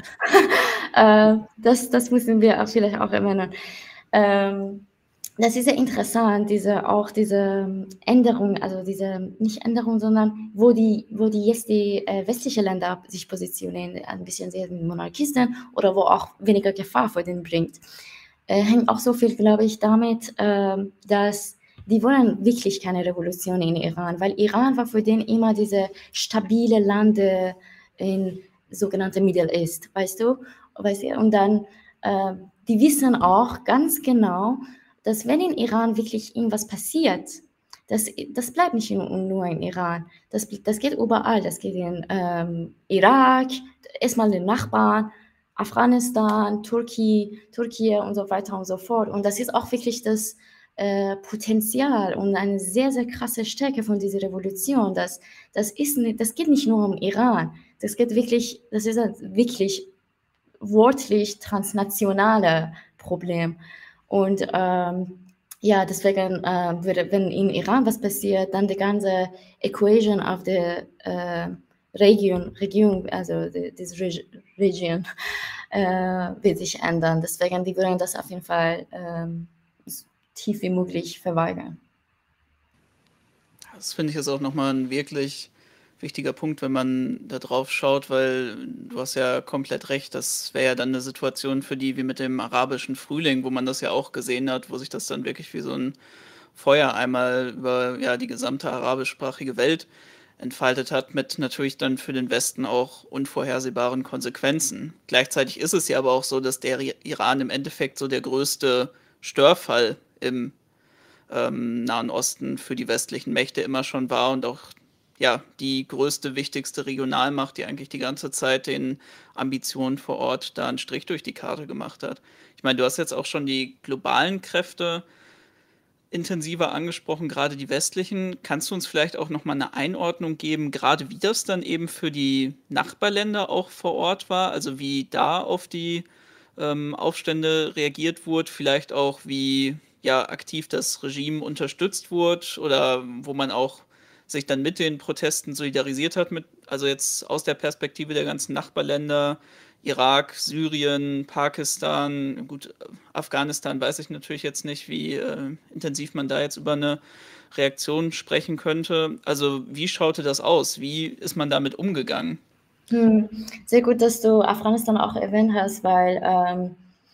Das müssen wir vielleicht auch erwähnen. Das ist sehr interessant, diese Änderung, also diese nicht Änderung, sondern wo die jetzt die westlichen Länder sich positionieren, ein bisschen sehr Monarchisten oder wo auch weniger Gefahr für den bringt. hängt auch so viel, glaube ich, damit, dass die wollen wirklich keine Revolution in Iran, weil Iran war für den immer diese stabile Lande in sogenannte Middle East, weißt du? Und dann, die wissen auch ganz genau, dass wenn in Iran wirklich irgendwas passiert, das bleibt nicht nur in Iran, das geht überall, das geht in Irak, erstmal den Nachbarn, Afghanistan, Türkei und so weiter und so fort. Und das ist auch wirklich das Potenzial und eine sehr, sehr krasse Stärke von dieser Revolution. Das geht nicht nur um Iran, das ist ein wirklich wortlich transnationale Problem. Und ja, deswegen wenn in Iran was passiert, dann die ganze Equation auf der Region, also diese Region, wird sich ändern. Deswegen, die würden das auf jeden Fall so tief wie möglich verweigern. Das finde ich ist auch nochmal ein wirklich wichtiger Punkt, wenn man da drauf schaut, weil du hast ja komplett recht, das wäre ja dann eine Situation für die wie mit dem arabischen Frühling, wo man das ja auch gesehen hat, wo sich das dann wirklich wie so ein Feuer einmal über ja, die gesamte arabischsprachige Welt entfaltet hat, mit natürlich dann für den Westen auch unvorhersehbaren Konsequenzen. Gleichzeitig ist es ja aber auch so, dass der Iran im Endeffekt so der größte Störfall im Nahen Osten für die westlichen Mächte immer schon war und auch ja, die größte, wichtigste Regionalmacht, die eigentlich die ganze Zeit den Ambitionen vor Ort da einen Strich durch die Karte gemacht hat. Ich meine, du hast jetzt auch schon die globalen Kräfte intensiver angesprochen, gerade die westlichen. Kannst du uns vielleicht auch nochmal eine Einordnung geben, gerade wie das dann eben für die Nachbarländer auch vor Ort war, also wie da auf die Aufstände reagiert wurde, vielleicht auch wie ja aktiv das Regime unterstützt wurde oder wo man auch sich dann mit den Protesten solidarisiert hat, also jetzt aus der Perspektive der ganzen Nachbarländer, Irak, Syrien, Pakistan, gut, Afghanistan weiß ich natürlich jetzt nicht, wie intensiv man da jetzt über eine Reaktion sprechen könnte. Also wie schaute das aus? Wie ist man damit umgegangen? Sehr gut, dass du Afghanistan auch erwähnt hast, weil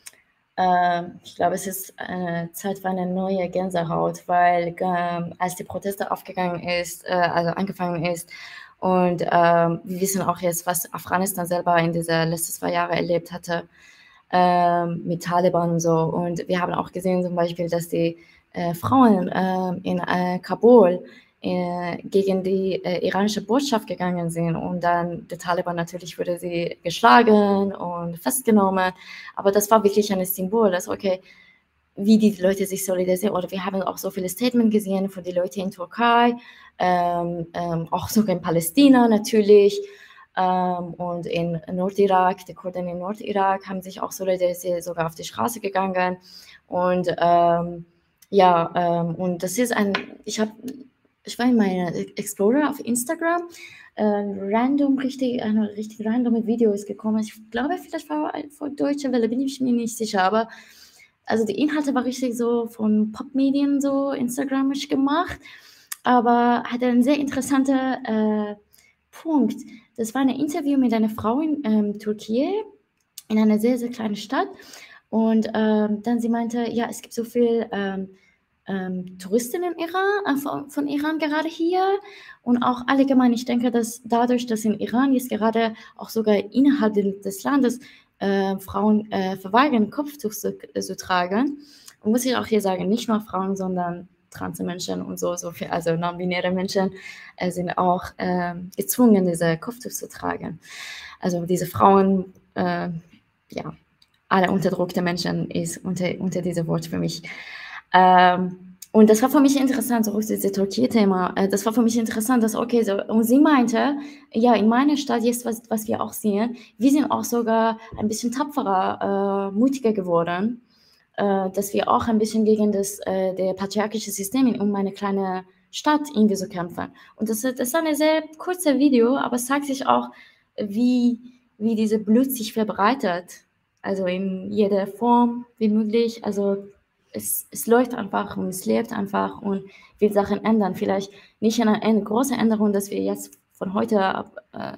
ich glaube, es ist Zeit für eine neue Gänsehaut, weil als die Proteste angefangen ist und wir wissen auch jetzt, was Afghanistan selber in diese letzten 2 Jahre erlebt hatte mit Taliban und so. Und wir haben auch gesehen zum Beispiel, dass die Frauen in Kabul gegen die iranische Botschaft gegangen sind und dann der Taliban natürlich wurde sie geschlagen und festgenommen, aber das war wirklich ein Symbol, dass okay, wie die Leute sich solidarisieren oder wir haben auch so viele Statements gesehen von den Leuten in Türkei, auch sogar in Palästina natürlich und in Nordirak, die Kurden in Nordirak haben sich auch solidarisiert, sogar auf die Straße gegangen und und das ist ich war in meiner Explorer auf Instagram, richtig random Video ist gekommen. Ich glaube, vielleicht war von Deutsche Welle, bin ich mir nicht sicher, aber also die Inhalte war richtig so von Popmedien so Instagramisch gemacht, aber hatte einen sehr interessanten Punkt. Das war ein Interview mit einer Frau in Türkei, in einer sehr, sehr kleinen Stadt und dann sie meinte, ja, es gibt so viel Touristinnen von Iran gerade hier und auch allgemein. Ich denke, dass dadurch, dass in Iran jetzt gerade auch sogar innerhalb des Landes Frauen verweigern, Kopftuch zu tragen, und muss ich auch hier sagen, nicht nur Frauen, sondern trans Menschen und so viel, also non-binäre Menschen sind auch gezwungen, diese Kopftuch zu tragen. Also diese Frauen, ja, alle unterdrückte Menschen ist unter diesem Wort für mich. Und das war für mich interessant, zurück zu diesem Türkei-Thema, das war für mich interessant, dass, okay, so, und sie meinte, ja, in meiner Stadt jetzt, was wir auch sehen, wir sind auch sogar ein bisschen tapferer, mutiger geworden, dass wir auch ein bisschen gegen der patriarchische System in meine kleine Stadt irgendwie so kämpfen. Und das ist ein sehr kurzes Video, aber es zeigt sich auch, wie diese Blut sich verbreitet, also in jeder Form wie möglich, also es läuft einfach und es lebt einfach und will Sachen ändern. Vielleicht nicht eine große Änderung, dass wir jetzt von heute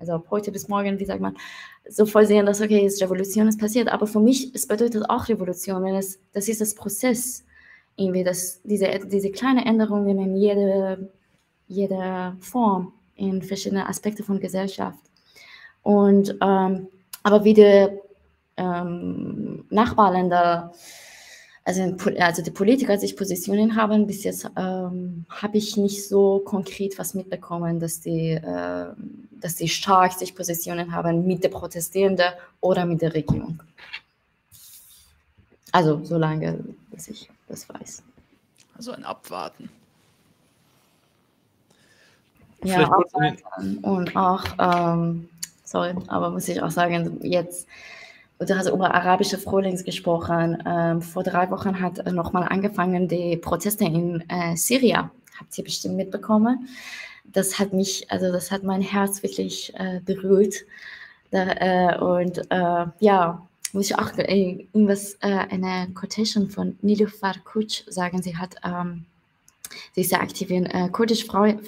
also ab heute bis morgen, wie sagt man, so voll sehen, dass, okay, jetzt Revolution ist passiert. Aber für mich, es bedeutet auch Revolution, das ist das Prozess, irgendwie, diese kleine Änderungen in jeder Form, in verschiedene Aspekte von Gesellschaft. Und, aber wie die Nachbarländer, also die Politiker sich positionieren haben, bis jetzt habe ich nicht so konkret was mitbekommen, dass die stark sich positionieren haben mit der Protestierenden oder mit der Regierung. Also solange, dass ich das weiß. Also ein Abwarten. Ja, abwarten. Und auch, sorry, aber muss ich auch sagen, jetzt, du hast über arabische Frühlings gesprochen. Vor 3 Wochen hat nochmal angefangen die Proteste in Syrien. Habt ihr bestimmt mitbekommen? Das hat mein Herz wirklich berührt. Ja, muss ich auch eine Quotation von Nilüfer Kuç sagen. Sie ist sehr aktiv in kurdische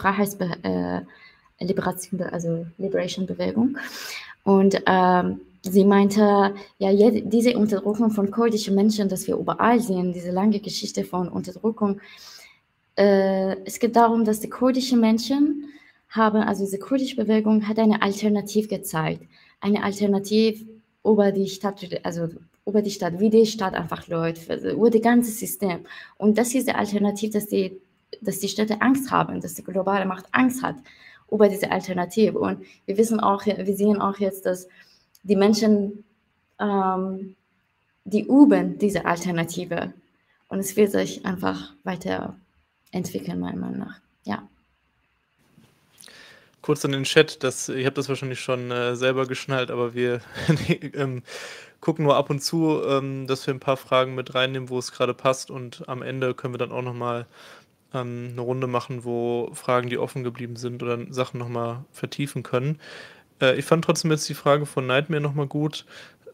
Liberation-Bewegung. Und sie meinte, ja, diese Unterdrückung von kurdischen Menschen, das wir überall sehen, diese lange Geschichte von Unterdrückung, es geht darum, dass die kurdischen Menschen diese kurdische Bewegung hat eine Alternative gezeigt. Eine Alternative über die Stadt, wie die Stadt einfach läuft, über das ganze System. Und das ist die Alternative, dass die Städte Angst haben, dass die globale Macht Angst hat über diese Alternative. Und wir sehen auch jetzt, dass die Menschen, die üben diese Alternative. Und es wird sich einfach weiterentwickeln, meiner Meinung nach. Ja. Kurz in den Chat, ich habe das wahrscheinlich schon selber geschnallt, aber wir gucken nur ab und zu, dass wir ein paar Fragen mit reinnehmen, wo es gerade passt. Und am Ende können wir dann auch nochmal eine Runde machen, wo Fragen, die offen geblieben sind oder Sachen nochmal vertiefen können. Ich fand trotzdem jetzt die Frage von Nightmare nochmal gut,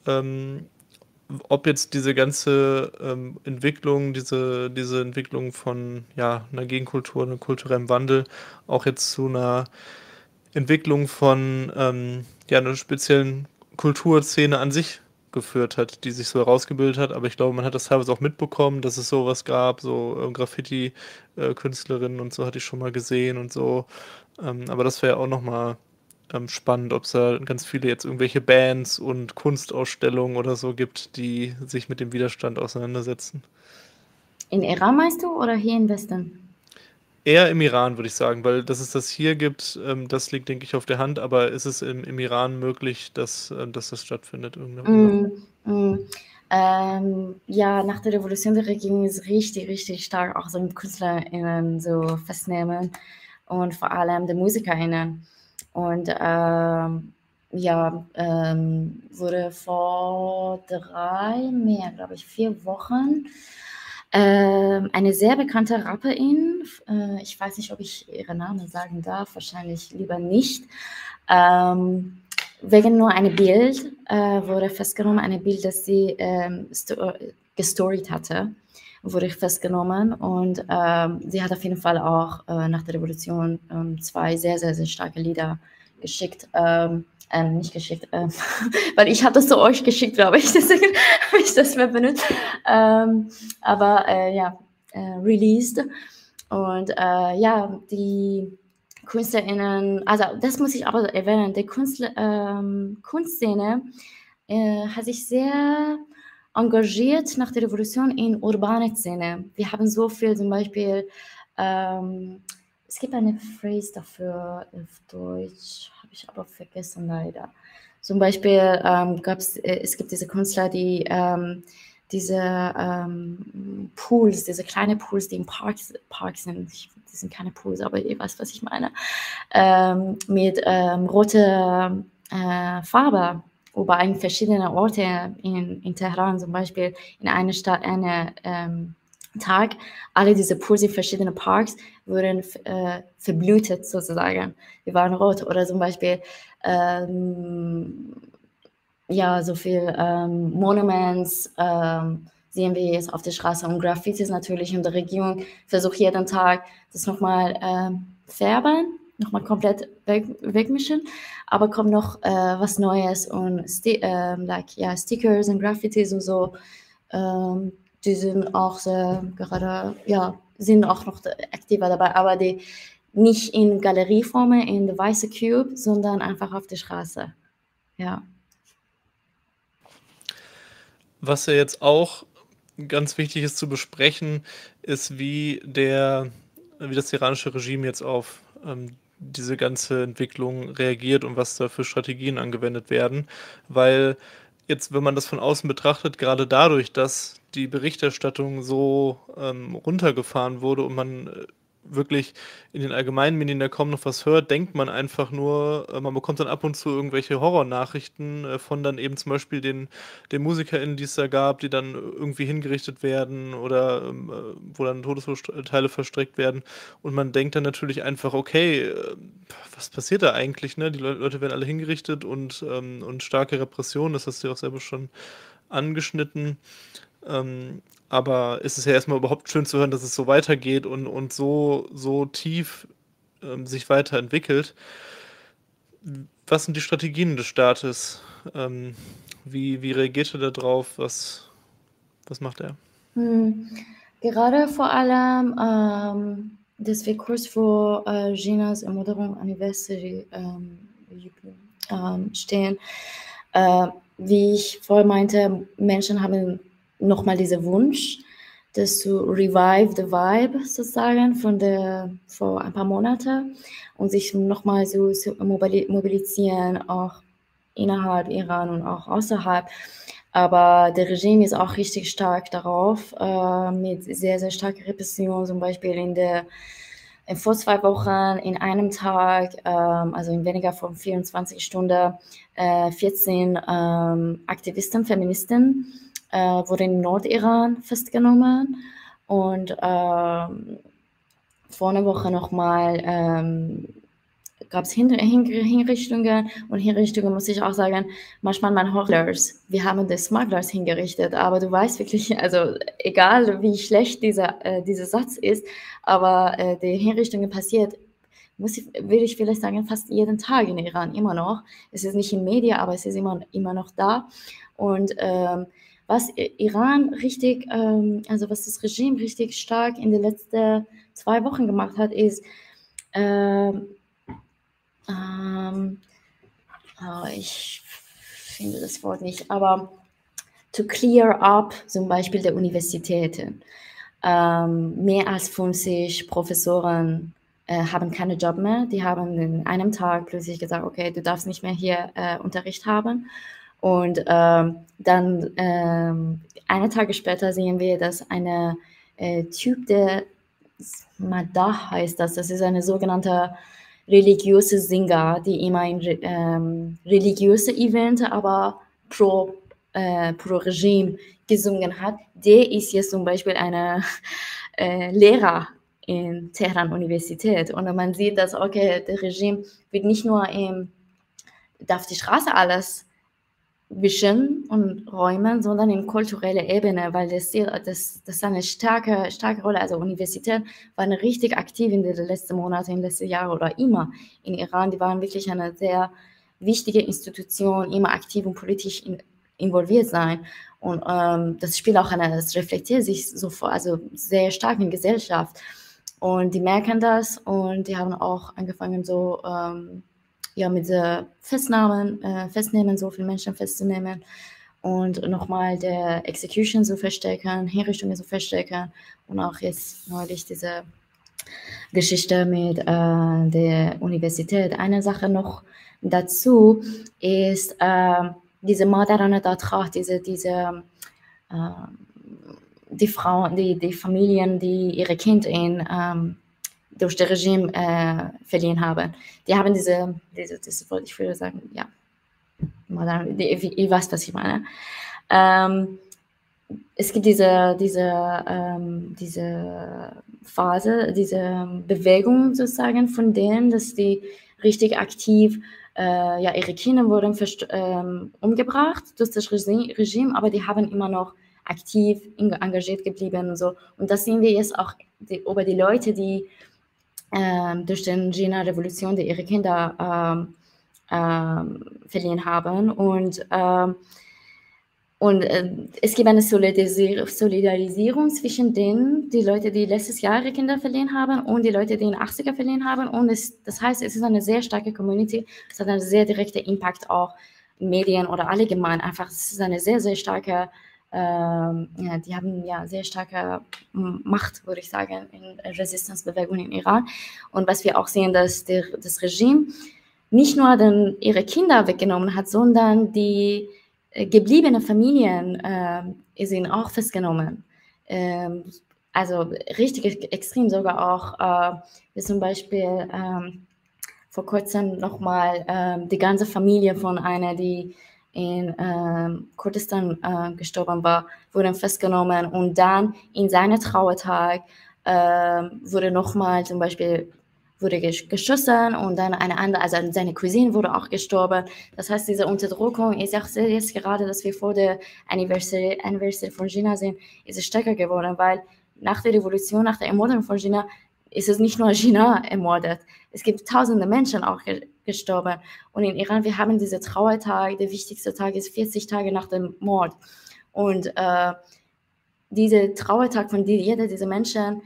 ob jetzt diese ganze Entwicklung, diese Entwicklung von einer Gegenkultur, einem kulturellen Wandel auch jetzt zu einer Entwicklung von einer speziellen Kulturszene an sich geführt hat, die sich so herausgebildet hat. Aber ich glaube, man hat das teilweise auch mitbekommen, dass es sowas gab, so Graffiti-Künstlerinnen und so hatte ich schon mal gesehen und so. Aber das wäre ja auch nochmal spannend, ob es da ganz viele jetzt irgendwelche Bands und Kunstausstellungen oder so gibt, die sich mit dem Widerstand auseinandersetzen. In Iran meinst du oder hier im Westen? Eher im Iran, würde ich sagen, weil dass es das hier gibt, das liegt, denke ich, auf der Hand, aber ist es im Iran möglich, dass das stattfindet? Ja, nach der Revolution der Regierung ist richtig, richtig stark auch so im KünstlerInnen so festnehmen und vor allem die MusikerInnen. Und wurde vor 4 Wochen eine sehr bekannte Rapperin, ich weiß nicht, ob ich ihren Namen sagen darf, wahrscheinlich lieber nicht, wegen nur einem Bild wurde festgenommen, ein Bild, das sie gestoried hatte, wurde festgenommen und sie hat auf jeden Fall auch nach der Revolution 2 sehr, sehr, sehr starke Lieder geschickt, nicht geschickt, weil ich habe das zu euch geschickt, glaube ich, deswegen habe ich das mehr benutzt, released und die KünstlerInnen, also das muss ich aber erwähnen, die Kunstszene hat sich sehr engagiert nach der Revolution in urbane Szene. Wir haben so viel, zum Beispiel, es gibt eine Phrase dafür auf Deutsch, habe ich aber vergessen leider. Zum Beispiel es gibt diese Künstler, die diese Pools, diese kleinen Pools, die im Park sind, die sind keine Pools, aber ihr weißt, was ich meine, mit roter Farbe über verschiedene Orte in Teheran, zum Beispiel in einer Stadt, Tag, alle diese Pools in verschiedenen Parks wurden verblühtet sozusagen. Die waren rot oder zum Beispiel so viel Monuments sehen wir jetzt auf der Straße und Graffitis natürlich, und die Regierung versucht jeden Tag das nochmal färben, nochmal komplett wegmischen, aber kommt noch was Neues und Stickers und Graffitis und so, die sind auch sind auch noch aktiver dabei, aber die nicht in Galerieform, in The Weiße Cube, sondern einfach auf der Straße. Ja. Was ja jetzt auch ganz wichtig ist zu besprechen, ist, wie das iranische Regime jetzt auf diese ganze Entwicklung reagiert und was da für Strategien angewendet werden. Weil jetzt, wenn man das von außen betrachtet, gerade dadurch, dass die Berichterstattung so runtergefahren wurde und man wirklich in den allgemeinen Medien da kaum noch was hört, denkt man einfach nur, man bekommt dann ab und zu irgendwelche Horrornachrichten von dann eben zum Beispiel den MusikerInnen, die es da gab, die dann irgendwie hingerichtet werden oder wo dann Todesurteile verstreckt werden. Und man denkt dann natürlich einfach, okay, was passiert da eigentlich? Ne? Die Leute werden alle hingerichtet und starke Repression, das hast du ja auch selber schon angeschnitten. Aber es ist ja erstmal überhaupt schön zu hören, dass es so weitergeht und so tief sich weiterentwickelt. Was sind die Strategien des Staates? Wie reagiert er darauf? Was macht er? Gerade vor allem, dass wir kurz vor Ginas Modern Anniversary stehen. Wie ich vorher meinte, Menschen haben nochmal diesen Wunsch, das zu revive the vibe sozusagen vor ein paar Monaten und sich nochmal so zu mobilisieren, auch innerhalb Iran und auch außerhalb. Aber der Regime ist auch richtig stark darauf, mit sehr, sehr starker Repression, zum Beispiel vor 2 Wochen in einem Tag, also in weniger von 24 Stunden, 14 Aktivisten, Feministen wurden im Nordiran festgenommen und vor einer Woche nochmal gab es Hinrichtungen und Hinrichtungen, muss ich auch sagen, manchmal man Smugglers. Wir haben die Smugglers hingerichtet, aber du weißt wirklich, also egal wie schlecht dieser Satz ist, aber die Hinrichtungen passiert, will ich vielleicht sagen, fast jeden Tag in Iran, immer noch. Es ist nicht in Medien, aber es ist immer noch da. Und was Iran richtig, also was das Regime richtig stark in den letzten 2 Wochen gemacht hat, ist, ich finde das Wort nicht, aber to clear up zum Beispiel der Universitäten. Mehr als 50 Professoren haben keinen Job mehr. Die haben in einem Tag plötzlich gesagt, okay, du darfst nicht mehr hier Unterricht haben. Und dann eine Tage später sehen wir, dass ein Typ, der Madah heißt das ist eine sogenannte religiöse Singer, die immer in religiöse Events, aber pro Regime gesungen hat. Der ist jetzt zum Beispiel eine Lehrer in Teheran Universität. Und man sieht, dass, okay, das Regime wird nicht nur darf die Straße alles wischen und räumen, sondern in kultureller Ebene, weil das ist eine starke Rolle. Also Universitäten waren richtig aktiv in den letzten Monaten, in den letzten Jahren oder immer in Iran. Die waren wirklich eine sehr wichtige Institution, immer aktiv und politisch involviert sein. Und das spielt auch das reflektiert sich also sehr stark in der Gesellschaft. Und die merken das und die haben auch angefangen so mit Festnehmen, so viele Menschen festzunehmen und nochmal der Execution zu verstärken, Hinrichtungen zu verstärken und auch jetzt neulich diese Geschichte mit der Universität. Eine Sache noch dazu ist diese Madarane Datrah, die Frauen, die Familien, die ihre Kinder durch das Regime verliehen haben. Die haben diese ich würde sagen, ja, ich weiß, was ich meine. Es gibt diese Phase, diese Bewegung sozusagen von denen, dass die richtig aktiv, ihre Kinder wurden umgebracht durch das Regime, aber die haben immer noch aktiv engagiert geblieben und so. Und das sehen wir jetzt auch über die Leute, die durch den Jina-Revolution, die ihre Kinder verliehen haben. Und es gibt eine Solidarisierung zwischen denen, die Leute, die letztes Jahr ihre Kinder verliehen haben, und die Leute, die in den 80er verliehen haben. Und das heißt, es ist eine sehr starke Community. Es hat einen sehr direkten Impact auch in Medien oder allgemein. Einfach, es ist eine sehr, sehr starke, die haben ja sehr starke Macht, würde ich sagen, in Resistance-Bewegungen in Iran. Und was wir auch sehen, dass das Regime nicht nur ihre Kinder weggenommen hat, sondern die gebliebene Familien sind auch festgenommen. Also richtig extrem, sogar auch wie zum Beispiel vor kurzem nochmal die ganze Familie von einer, die in Kurdistan gestorben war, wurden festgenommen, und dann in seinem Trauertag wurde nochmal zum Beispiel geschossen, und dann eine andere, also seine Cousine wurde auch gestorben. Das heißt, diese Unterdrückung ist auch jetzt gerade, dass wir vor der Anniversary von Jina sind, ist es stärker geworden, weil nach der Revolution, nach der Ermordung von Jina, ist es nicht nur Jina ermordet. Es gibt tausende Menschen auch gestorben. Und in Iran, wir haben diese Trauertag, der wichtigste Tag ist 40 Tage nach dem Mord. Und dieser Trauertag von jeder dieser Menschen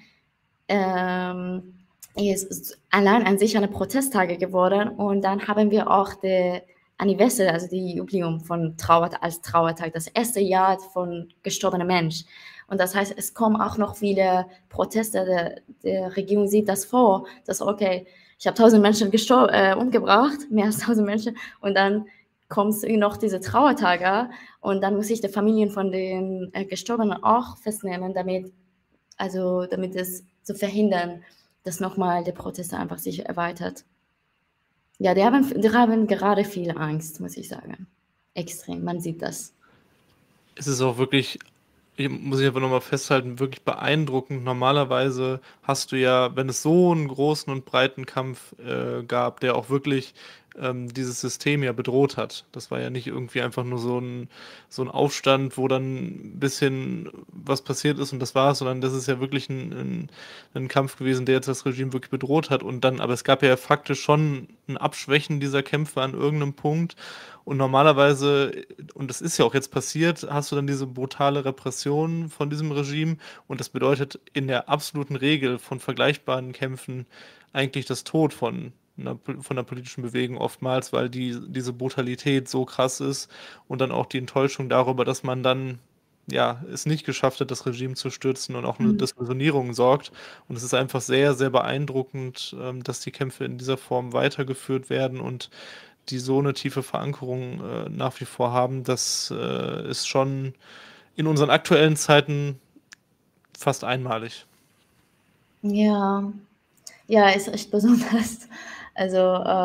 ist allein an sich eine Protesttage geworden, und dann haben wir auch die Anniversary, also die Jubiläum von als Trauertag, das erste Jahr von gestorbenem Mensch. Und das heißt, es kommen auch noch viele Proteste, die Regierung sieht das vor, dass okay, ich habe 1000 Menschen umgebracht, mehr als 1000 Menschen, und dann kommt noch diese Trauertage, und dann muss ich die Familien von den Gestorbenen auch festnehmen, damit es zu verhindern, dass nochmal der Protest einfach sich erweitert. Ja, die haben gerade viel Angst, muss ich sagen. Extrem, man sieht das. Es ist auch wirklich, muss ich einfach nochmal festhalten, wirklich beeindruckend. Normalerweise hast du ja, wenn es so einen großen und breiten Kampf gab, der auch wirklich dieses System ja bedroht hat. Das war ja nicht irgendwie einfach nur so ein Aufstand, wo dann ein bisschen was passiert ist und das war's, sondern das ist ja wirklich ein Kampf gewesen, der jetzt das Regime wirklich bedroht hat. Und dann, aber es gab ja faktisch schon ein Abschwächen dieser Kämpfe an irgendeinem Punkt. Und normalerweise, und das ist ja auch jetzt passiert, hast du dann diese brutale Repression von diesem Regime. Und das bedeutet in der absoluten Regel von vergleichbaren Kämpfen eigentlich das Tod von der politischen Bewegung oftmals, weil diese Brutalität so krass ist und dann auch die Enttäuschung darüber, dass man dann ja es nicht geschafft hat, das Regime zu stürzen und auch eine Desillusionierung sorgt. Und es ist einfach sehr, sehr beeindruckend, dass die Kämpfe in dieser Form weitergeführt werden und die so eine tiefe Verankerung nach wie vor haben. Das ist schon in unseren aktuellen Zeiten fast einmalig. Ja, ja, ist echt besonders. Also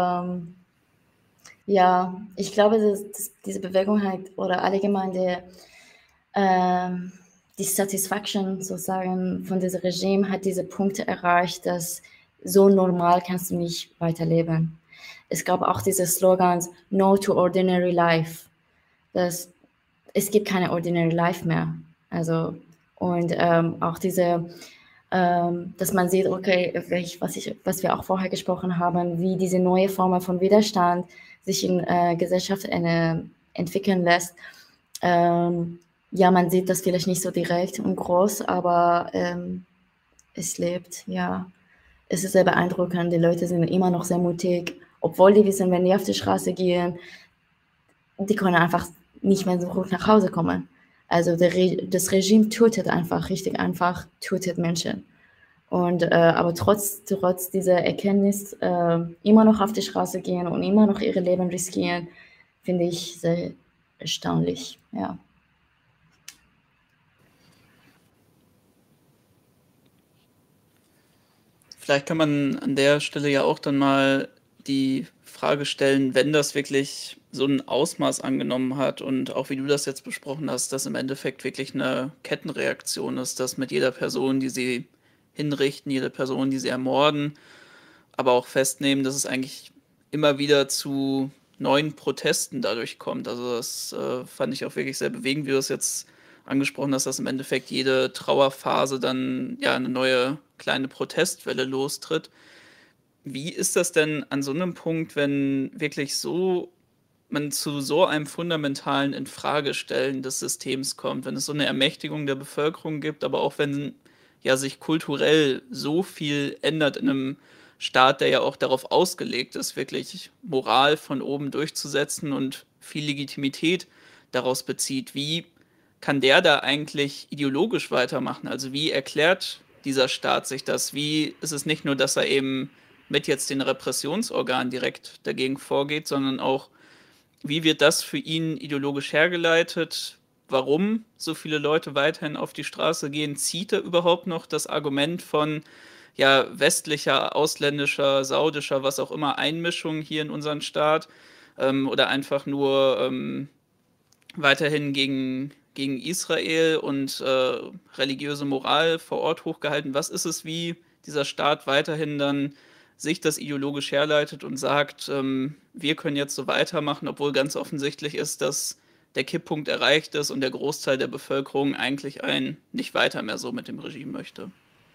ja, ich glaube, dass diese Bewegung halt oder allgemein die Satisfaction sozusagen von diesem Regime hat diese Punkte erreicht, dass so normal kannst du nicht weiterleben. Es gab auch diese Slogans No to Ordinary Life. Es gibt keine Ordinary Life mehr. Also und auch diese dass man sieht, okay, was wir auch vorher gesprochen haben, wie diese neue Form von Widerstand sich in Gesellschaft entwickeln lässt. Ja, man sieht das vielleicht nicht so direkt und groß, aber es lebt, ja. Es ist sehr beeindruckend, die Leute sind immer noch sehr mutig, obwohl die wissen, wenn die auf die Straße gehen, die können einfach nicht mehr zurück nach Hause kommen. Also das Regime tötet einfach, richtig einfach, tötet Menschen. Und aber trotz dieser Erkenntnis immer noch auf die Straße gehen und immer noch ihre Leben riskieren, finde ich sehr erstaunlich, ja. Vielleicht kann man an der Stelle ja auch dann mal die Frage stellen, wenn das wirklich so ein Ausmaß angenommen hat und auch wie du das jetzt besprochen hast, dass im Endeffekt wirklich eine Kettenreaktion ist, dass mit jeder Person, die sie hinrichten, jede Person, die sie ermorden, aber auch festnehmen, dass es eigentlich immer wieder zu neuen Protesten dadurch kommt. Also das fand ich auch wirklich sehr bewegend, wie du das jetzt angesprochen hast, dass im Endeffekt jede Trauerphase dann ja eine neue kleine Protestwelle lostritt. Wie ist das denn an so einem Punkt, wenn wirklich man zu so einem fundamentalen Infragestellen des Systems kommt, wenn es so eine Ermächtigung der Bevölkerung gibt, aber auch wenn ja sich kulturell so viel ändert in einem Staat, der ja auch darauf ausgelegt ist, wirklich Moral von oben durchzusetzen und viel Legitimität daraus bezieht. Wie kann der da eigentlich ideologisch weitermachen? Also wie erklärt dieser Staat sich das? Wie ist es nicht nur, dass er eben mit jetzt den Repressionsorganen direkt dagegen vorgeht, sondern auch, wie wird das für ihn ideologisch hergeleitet? Warum so viele Leute weiterhin auf die Straße gehen? Zieht er überhaupt noch das Argument von ja, westlicher, ausländischer, saudischer, was auch immer, Einmischung hier in unseren Staat? Oder einfach nur weiterhin gegen Israel und religiöse Moral vor Ort hochgehalten? Was ist es, wie dieser Staat weiterhin dann sich das ideologisch herleitet und sagt, wir können jetzt so weitermachen, obwohl ganz offensichtlich ist, dass der Kipppunkt erreicht ist und der Großteil der Bevölkerung eigentlich nicht weiter mehr so mit dem Regime möchte?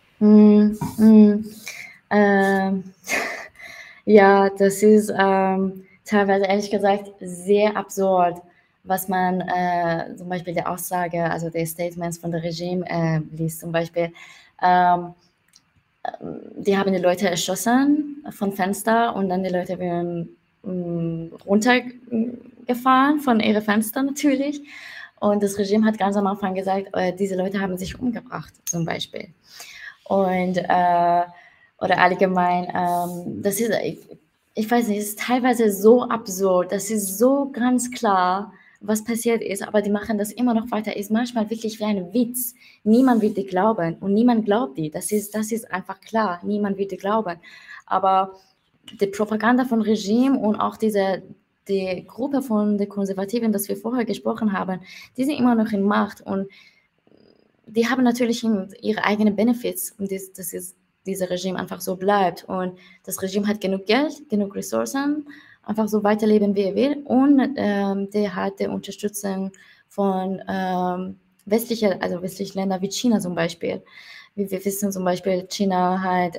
Ja, das ist teilweise ehrlich gesagt sehr absurd, was man zum Beispiel der Aussage, also der Statements von der Regime liest. Zum Beispiel, die haben die Leute erschossen von Fenster und dann die Leute werden runtergefahren von ihren Fenstern natürlich. Und das Regime hat ganz am Anfang gesagt, diese Leute haben sich umgebracht zum Beispiel. Und oder allgemein, das ist, ich weiß nicht, es ist teilweise so absurd, das ist so ganz klar, was passiert ist, aber die machen das immer noch weiter, ist manchmal wirklich wie ein Witz. Niemand wird die glauben und niemand glaubt die, das ist einfach klar, niemand wird die glauben. Aber die Propaganda von Regime und auch die Gruppe von den Konservativen, das wir vorher gesprochen haben, die sind immer noch in Macht und die haben natürlich ihre eigenen Benefits und dieses Regime einfach so bleibt. Und das Regime hat genug Geld, genug Ressourcen, einfach so weiterleben, wie er will. Und der hat die Unterstützung von westlichen Ländern wie China zum Beispiel. Wie wir wissen zum Beispiel, China hat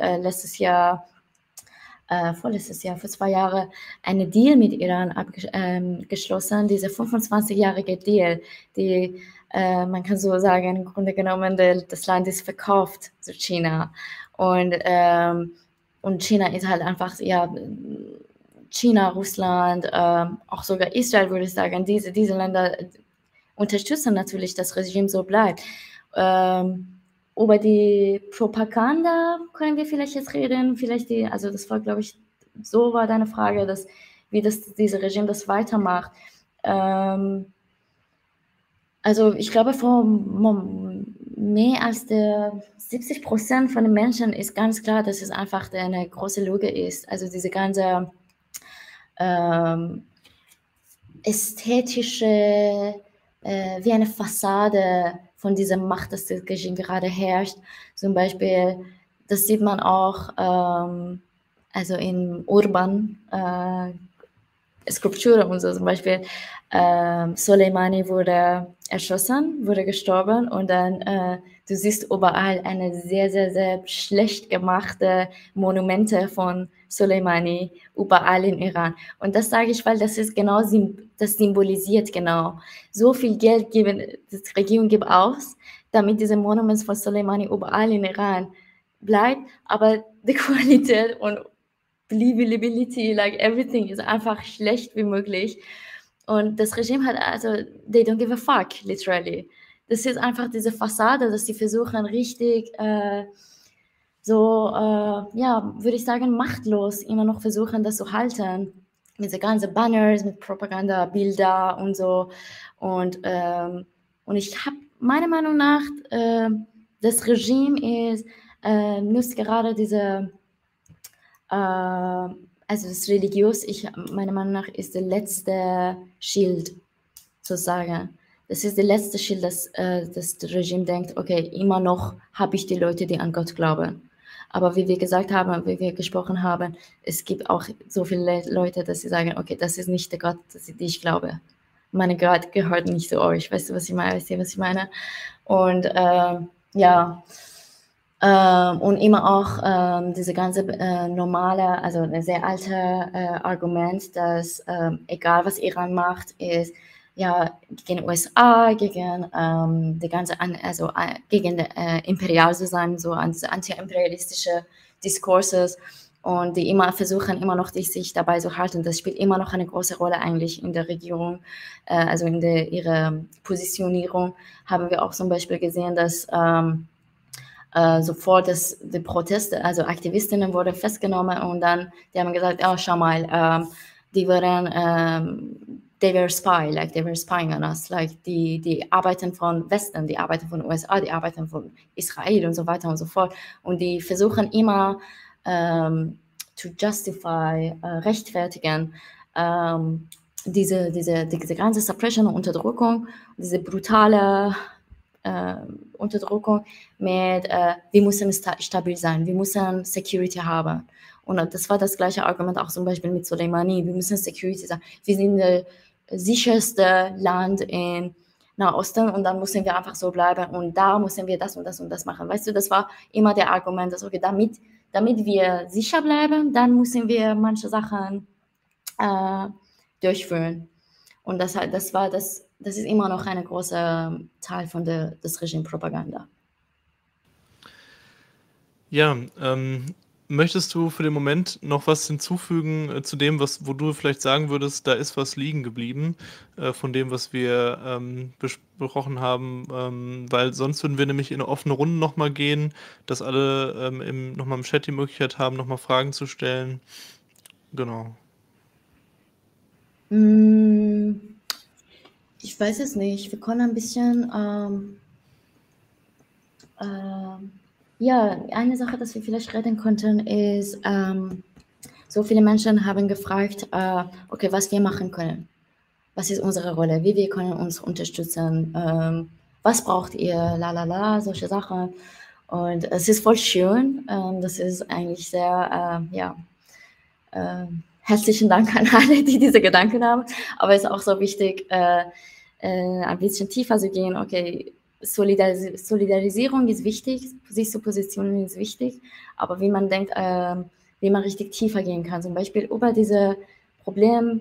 vorletztes Jahr, vor 2 Jahren, einen Deal mit Iran geschlossen, dieser 25-jährige Deal, die man kann so sagen, im Grunde genommen, das Land ist verkauft zu China. Und China ist halt einfach, ja, China, Russland, auch sogar Israel, würde ich sagen, diese Länder unterstützen natürlich, das Regime so bleibt. Über die Propaganda können wir vielleicht jetzt reden, also das war, glaube ich, so war deine Frage, wie dieses Regime das weitermacht. Also ich glaube, mehr als 70% von den Menschen ist ganz klar, dass es einfach eine große Lüge ist. Also diese ganze ästhetische, wie eine Fassade von dieser Macht, das Regime gerade herrscht. Zum Beispiel, das sieht man auch also in urban Skulpturen und so. Zum Beispiel Soleimani wurde erschossen, wurde gestorben und dann du siehst überall eine sehr, sehr, sehr schlecht gemachte Monumente von Soleimani überall in Iran. Und das sage ich, weil das ist genau, das symbolisiert genau. So viel Geld die Regierung gibt aus, damit diese Monuments von Soleimani überall in Iran bleibt, aber die Qualität und believability, like everything ist einfach schlecht wie möglich. Und das Regime hat also, they don't give a fuck, literally. Das ist einfach diese Fassade, dass sie versuchen, richtig ja, würde ich sagen, machtlos immer noch versuchen, das zu halten. Diese ganzen Banners mit Propaganda, Bilder und so. Und ich habe meiner Meinung nach, das Regime nutzt gerade diese also das Religiös, meiner Meinung nach, ist der letzte Schild, sozusagen. Das ist der letzte Schild, dass das Regime denkt, okay, immer noch habe ich die Leute, die an Gott glauben. Aber wie wir gesagt haben, wie wir gesprochen haben, es gibt auch so viele Leute, dass sie sagen, okay, das ist nicht der Gott, die ich glaube. Mein Gott gehört nicht zu euch. Weißt du, was ich meine? Und ja, Und immer auch diese ganze normale, also ein sehr alte Argument, dass egal was Iran macht, ist ja gegen USA, gegen die ganze, also gegen imperial zu sein, so an diese anti-imperialistische Diskurses und die immer versuchen, immer noch sich dabei zu halten. Das spielt immer noch eine große Rolle eigentlich in der Regierung, also in ihrer Positionierung haben wir auch zum Beispiel gesehen, dass sofort die Proteste, also Aktivistinnen wurden festgenommen und dann, die haben gesagt, oh, schau mal, die waren, they were spying on us, like die arbeiten von Westen, die arbeiten von USA, die arbeiten von Israel und so weiter und so fort und die versuchen immer to justify, rechtfertigen, diese ganze Suppression und Unterdrückung, diese brutale Unterdrückung mit, wir müssen stabil sein, wir müssen Security haben. Und das war das gleiche Argument auch zum Beispiel mit Soleimani, wir müssen Security sein. Wir sind das sicherste Land in Nahosten und dann müssen wir einfach so bleiben und da müssen wir das und das und das machen. Weißt du, das war immer der Argument, dass okay, damit wir sicher bleiben, dann müssen wir manche Sachen durchführen. Und das ist immer noch ein großer Teil von des Regime-Propaganda. Ja, möchtest du für den Moment noch was hinzufügen zu dem, wo du vielleicht sagen würdest, da ist was liegen geblieben von dem, was wir besprochen haben, weil sonst würden wir nämlich in eine offene Runde nochmal gehen, dass alle nochmal im Chat die Möglichkeit haben, nochmal Fragen zu stellen. Genau. Ich weiß es nicht. Wir können ein bisschen, ja, eine Sache, dass wir vielleicht reden konnten, ist, so viele Menschen haben gefragt, okay, was wir machen können. Was ist unsere Rolle? Wie wir können uns unterstützen? Was braucht ihr? Solche Sachen. Und es ist voll schön. Das ist eigentlich sehr, ja, herzlichen Dank an alle, die diese Gedanken haben. Aber es ist auch so wichtig, ein bisschen tiefer zu gehen. Okay, Solidarisierung ist wichtig, sich zu positionieren ist wichtig, aber wie man denkt, wie man richtig tiefer gehen kann. Zum Beispiel über diese Probleme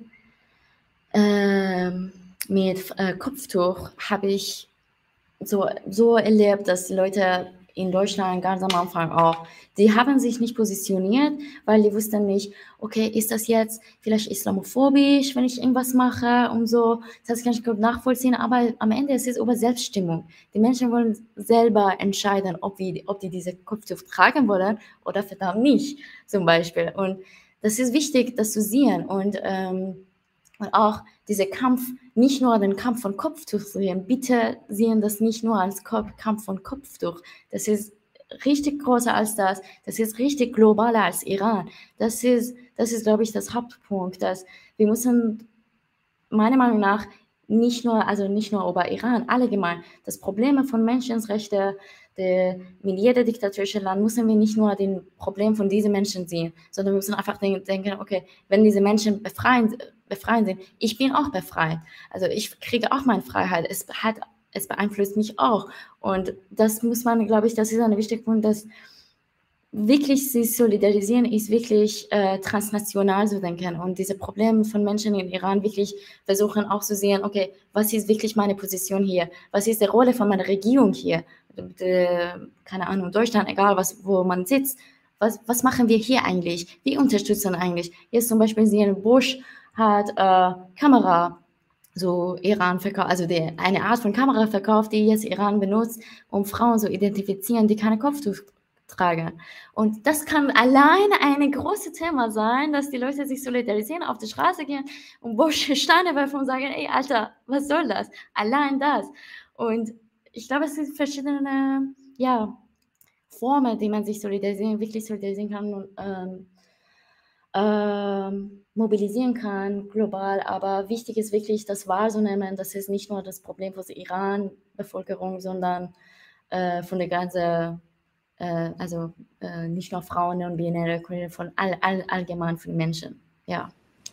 mit Kopftuch habe ich so erlebt, dass die Leute in Deutschland ganz am Anfang auch, die haben sich nicht positioniert, weil die wussten nicht, okay, ist das jetzt vielleicht islamophobisch, wenn ich irgendwas mache und so. Das kann ich gut nachvollziehen, aber am Ende ist es über Selbststimmung. Die Menschen wollen selber entscheiden, ob die diese Kopftuch tragen wollen oder verdammt nicht, zum Beispiel. Und das ist wichtig, das zu sehen und auch dieser Kampf, nicht nur den Kampf von Kopftuch sehen, bitte sehen das nicht nur als Kampf von Kopftuch. Das ist richtig größer als das. Das ist richtig globaler als Iran. Das ist, glaube ich, das Hauptpunkt, dass wir müssen meiner Meinung nach nicht nur über Iran, allgemein, das Problem von Menschenrechten, mit jedem diktatorischen Land müssen wir nicht nur den Problem von diesen Menschen sehen, sondern wir müssen einfach denken, okay, wenn diese Menschen befreien sind, ich bin auch befreit. Also ich kriege auch meine Freiheit. Es beeinflusst mich auch. Und das muss man, glaube ich, das ist ein wichtiger Punkt, dass wirklich sich solidarisieren ist wirklich transnational zu denken und diese Probleme von Menschen in Iran wirklich versuchen auch zu sehen, okay, was ist wirklich meine Position hier? Was ist die Rolle von meiner Regierung hier? Keine Ahnung, Deutschland, egal wo man sitzt. Was machen wir hier eigentlich? Wie unterstützen eigentlich? Jetzt zum Beispiel sehen, Bush hat Kamera, so Iran verkauft, also eine Art von Kamera verkauft, die jetzt Iran benutzt, um Frauen zu identifizieren, die keine Kopftuch tragen. Und das kann alleine ein großes Thema sein, dass die Leute sich solidarisieren, auf die Straße gehen und Steine werfen und sagen, ey, Alter, was soll das? Allein das. Und ich glaube, es sind verschiedene, ja, Formen, die man sich wirklich solidarisieren kann und mobilisieren kann, global. Aber wichtig ist wirklich, das wahrzunehmen, das ist nicht nur das Problem von der Iran-Bevölkerung, sondern von der ganzen also nicht nur Frauen und binäre, von allgemein von Menschen, ja.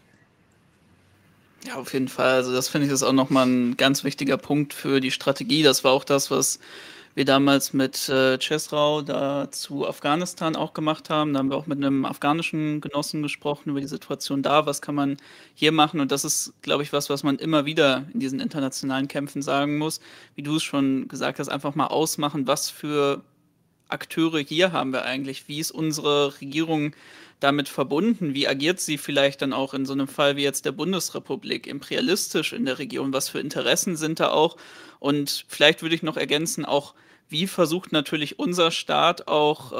Ja, auf jeden Fall. Also das finde ich ist auch nochmal ein ganz wichtiger Punkt für die Strategie. Das war auch das, was wir damals mit Chesrau da zu Afghanistan auch gemacht haben. Da haben wir auch mit einem afghanischen Genossen gesprochen über die Situation da, was kann man hier machen. Und das ist, glaube ich, was man immer wieder in diesen internationalen Kämpfen sagen muss. Wie du es schon gesagt hast, einfach mal ausmachen, was für Akteure hier haben wir eigentlich? Wie ist unsere Regierung damit verbunden? Wie agiert sie vielleicht dann auch in so einem Fall wie jetzt der Bundesrepublik, imperialistisch in der Region? Was für Interessen sind da auch? Und vielleicht würde ich noch ergänzen, auch wie versucht natürlich unser Staat auch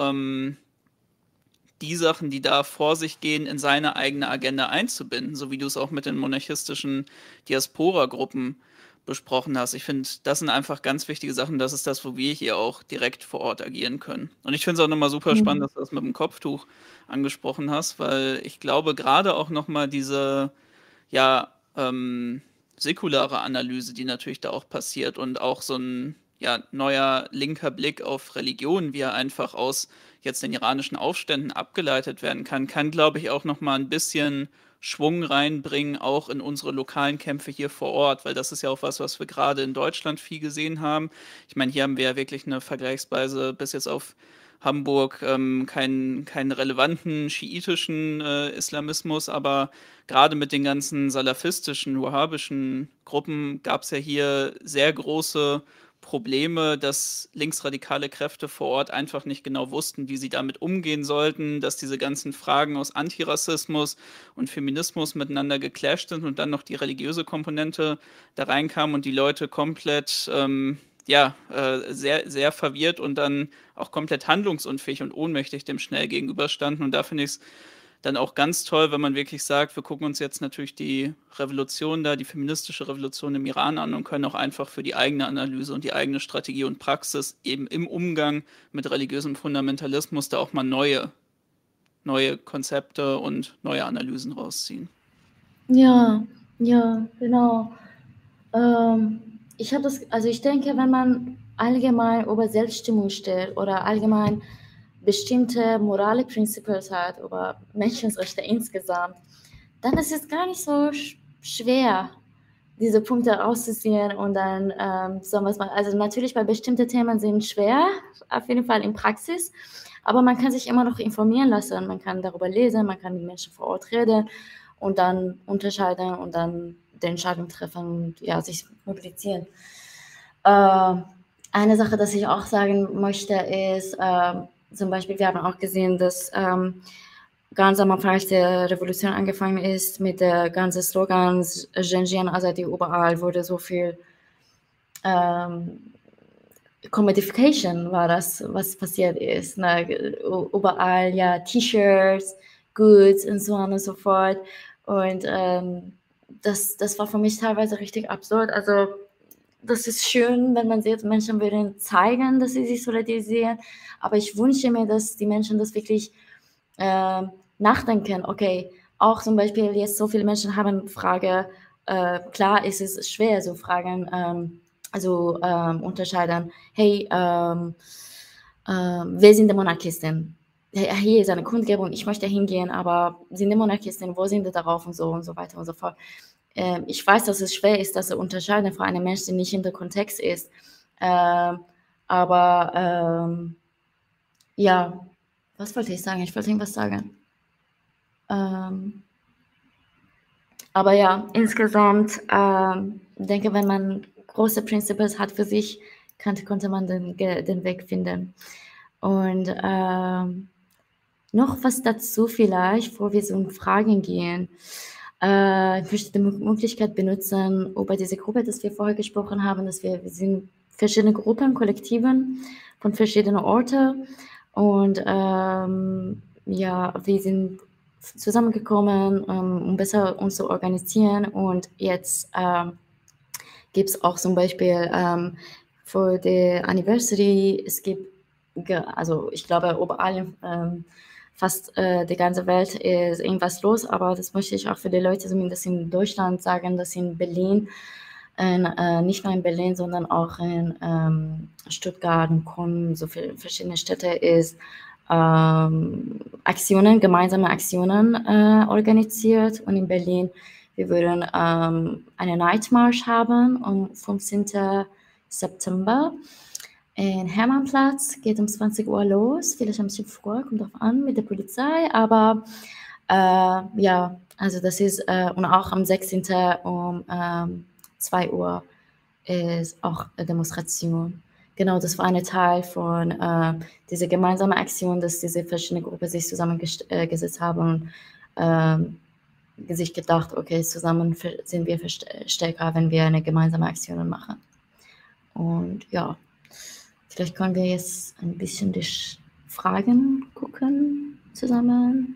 die Sachen, die da vor sich gehen, in seine eigene Agenda einzubinden, so wie du es auch mit den monarchistischen Diaspora-Gruppen besprochen hast. Ich finde, das sind einfach ganz wichtige Sachen. Das ist das, wo wir hier auch direkt vor Ort agieren können. Und ich finde es auch nochmal super spannend, dass du das mit dem Kopftuch angesprochen hast, weil ich glaube, gerade auch nochmal diese, ja, säkulare Analyse, die natürlich da auch passiert und auch so ein ja, neuer linker Blick auf Religion, wie er einfach aus jetzt den iranischen Aufständen abgeleitet werden kann, glaube ich, auch nochmal ein bisschen Schwung reinbringen, auch in unsere lokalen Kämpfe hier vor Ort, weil das ist ja auch was wir gerade in Deutschland viel gesehen haben. Ich meine, hier haben wir ja wirklich eine vergleichsweise bis jetzt auf Hamburg keinen relevanten schiitischen Islamismus, aber gerade mit den ganzen salafistischen, wahhabischen Gruppen gab es ja hier sehr große Probleme, dass linksradikale Kräfte vor Ort einfach nicht genau wussten, wie sie damit umgehen sollten, dass diese ganzen Fragen aus Antirassismus und Feminismus miteinander geclasht sind und dann noch die religiöse Komponente da reinkam und die Leute komplett sehr, sehr verwirrt und dann auch komplett handlungsunfähig und ohnmächtig dem schnell gegenüberstanden. Und da finde ich es dann auch ganz toll, wenn man wirklich sagt, wir gucken uns jetzt natürlich die Revolution da, die feministische Revolution im Iran an und können auch einfach für die eigene Analyse und die eigene Strategie und Praxis eben im Umgang mit religiösem Fundamentalismus da auch mal neue Konzepte und neue Analysen rausziehen. Ja, genau. Ich denke, wenn man allgemein über Selbststimmung steht oder allgemein bestimmte morale Prinzipien hat über Menschenrechte insgesamt, dann ist es gar nicht so schwer, diese Punkte auszuziehen und dann also natürlich bei bestimmten Themen sind schwer, auf jeden Fall in Praxis, aber man kann sich immer noch informieren lassen, man kann darüber lesen, man kann mit Menschen vor Ort reden und dann unterscheiden und dann die Entscheidung treffen und ja, sich mobilisieren. Eine Sache, das ich auch sagen möchte, ist, zum Beispiel, wir haben auch gesehen, dass ganz am Anfang der Revolution angefangen ist mit der ganzen Slogans Janjian Azadi, überall wurde so viel Commodification war das, was passiert ist. Ne? Überall ja T-Shirts, Goods und so on und so fort. Und das war für mich teilweise richtig absurd. Also das ist schön, wenn man sieht, Menschen würden zeigen, dass sie sich solidarisieren. Aber ich wünsche mir, dass die Menschen das wirklich nachdenken. Okay, auch zum Beispiel jetzt so viele Menschen haben Frage, klar ist es schwer, so Fragen unterscheiden. Hey, wer sind die Monarchisten? Hier ist eine Kundgebung, ich möchte hingehen, aber sind die Monarchisten, wo sind die darauf und so weiter und so fort. Ich weiß, dass es schwer ist, das zu unterscheiden für einen Menschen, der nicht in der Kontext ist. Ja, was wollte ich sagen? Ich wollte irgendwas sagen. Aber ja, insgesamt denke, wenn man große Prinzipien hat für sich, konnte man den Weg finden. Und noch was dazu vielleicht, bevor wir so in Fragen gehen. Ich möchte die Möglichkeit benutzen, über diese Gruppe, dass wir vorher gesprochen haben, dass wir sind verschiedene Gruppen, Kollektiven von verschiedenen Orten und wir sind zusammengekommen, um besser uns zu organisieren und jetzt gibt es auch zum Beispiel für die Anniversary, es gibt, also ich glaube überall fast die ganze Welt ist irgendwas los, aber das möchte ich auch für die Leute zumindest in Deutschland sagen, dass in Berlin, nicht nur in Berlin, sondern auch in Stuttgart und Köln, so viele verschiedene Städte ist, gemeinsame Aktionen organisiert und in Berlin, wir würden eine Night March haben am 15. September. in Hermannplatz, geht um 20 Uhr los, vielleicht ein bisschen früher, kommt drauf an, mit der Polizei, aber ja, also das ist, und auch am 16. um 2 Uhr ist auch eine Demonstration. Genau, das war ein Teil von dieser gemeinsamen Aktion, dass diese verschiedenen Gruppen sich zusammengesetzt haben und sich gedacht, okay, zusammen sind wir stärker, wenn wir eine gemeinsame Aktion machen. Und ja, vielleicht können wir jetzt ein bisschen die Fragen gucken zusammen.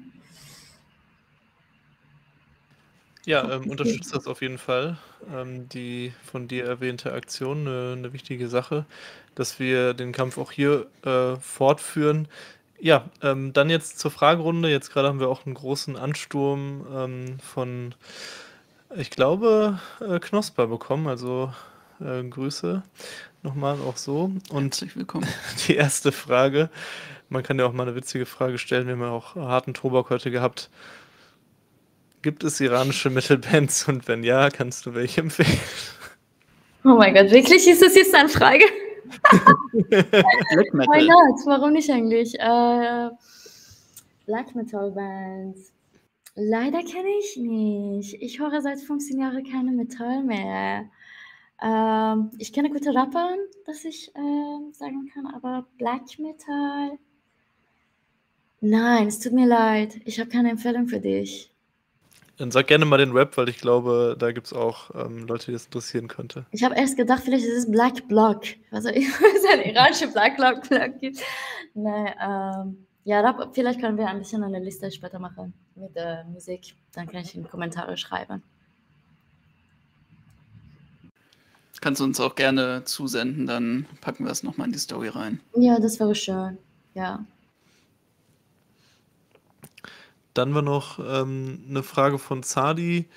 Ja, unterstützt das auf jeden Fall. Die von dir erwähnte Aktion, eine wichtige Sache, dass wir den Kampf auch hier fortführen. Ja, dann jetzt zur Fragerunde. Jetzt gerade haben wir auch einen großen Ansturm von, ich glaube, Knosper bekommen. Also Grüße nochmal auch so. Und Herzlich willkommen. die erste Frage, man kann ja auch mal eine witzige Frage stellen, wir haben ja auch harten Tobak heute gehabt. Gibt es iranische Metal-Bands und wenn ja, kannst du welche empfehlen? Oh mein Gott, wirklich? Ist das jetzt eine Frage? Black Metal. Why not? Warum nicht eigentlich? Black Metal Bands. Leider kenne ich nicht. Ich höre seit 15 Jahren keine Metall mehr. Ich kenne gute Rapper, das ich sagen kann, aber Black Metal. Nein, es tut mir leid. Ich habe keine Empfehlung für dich. Dann sag gerne mal den Rap, weil ich glaube, da gibt es auch Leute, die das interessieren könnte. Ich habe erst gedacht, vielleicht ist es Black Bloc. Also es ein iranischer Black Bloc gibt. Nein, ja, vielleicht können wir ein bisschen eine Liste später machen mit der Musik. Dann kann ich in die Kommentare schreiben. Kannst du uns auch gerne zusenden, dann packen wir es nochmal in die Story rein. Ja, das wäre schön. Ja. Dann war noch eine Frage von Zadi,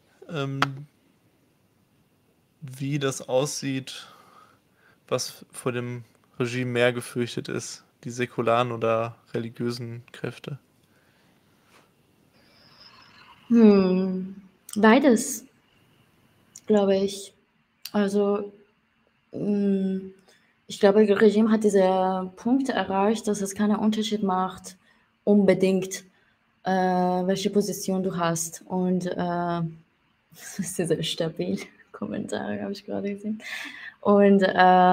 wie das aussieht, was vor dem Regime mehr gefürchtet ist, die säkularen oder religiösen Kräfte. Beides, glaube ich. Also ich glaube, das Regime hat diese Punkte erreicht, dass es keinen Unterschied macht, unbedingt, welche Position du hast. Und das ist sehr stabil. Kommentare habe ich gerade gesehen. Und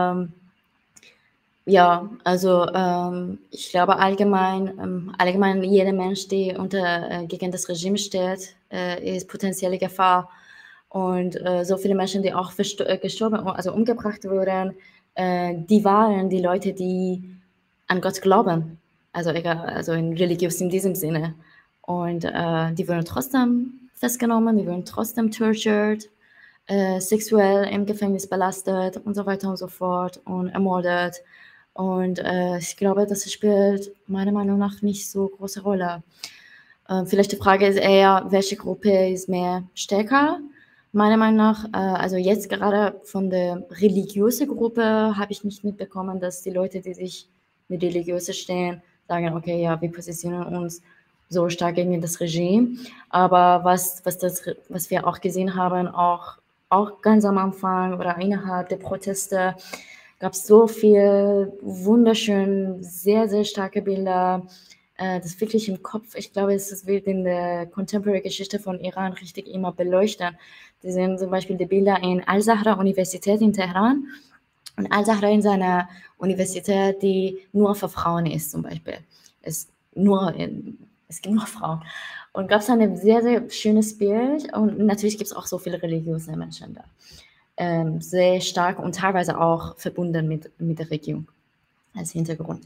ja, also ich glaube allgemein jeder Mensch, der gegen das Regime steht, ist potenzielle Gefahr. Und so viele Menschen, die auch gestorben, also umgebracht wurden, die waren die Leute, die an Gott glauben. Also egal, also religiös in diesem Sinne. Und die wurden trotzdem festgenommen, die wurden trotzdem tortured, sexuell im Gefängnis belastet und so weiter und so fort und ermordet. Und ich glaube, das spielt meiner Meinung nach nicht so große Rolle. Vielleicht die Frage ist eher, welche Gruppe ist mehr stärker? Meiner Meinung nach, also jetzt gerade von der religiösen Gruppe habe ich nicht mitbekommen, dass die Leute, die sich mit Religiöse stehen, sagen, okay, ja, wir positionieren uns so stark gegen das Regime. Aber was wir auch gesehen haben, auch ganz am Anfang oder innerhalb der Proteste, gab es so viel wunderschön, sehr, sehr starke Bilder, das wirklich im Kopf, ich glaube, es wird in der Contemporary-Geschichte von Iran richtig immer beleuchtet. Das sind zum Beispiel die Bilder in Al-Zahra-Universität in Teheran. Und Al-Zahra in seiner Universität, die nur für Frauen ist zum Beispiel. Es gibt nur Frauen. Und gab es ein sehr, sehr schönes Bild. Und natürlich gibt es auch so viele religiöse Menschen da. Sehr stark und teilweise auch verbunden mit der Regierung als Hintergrund.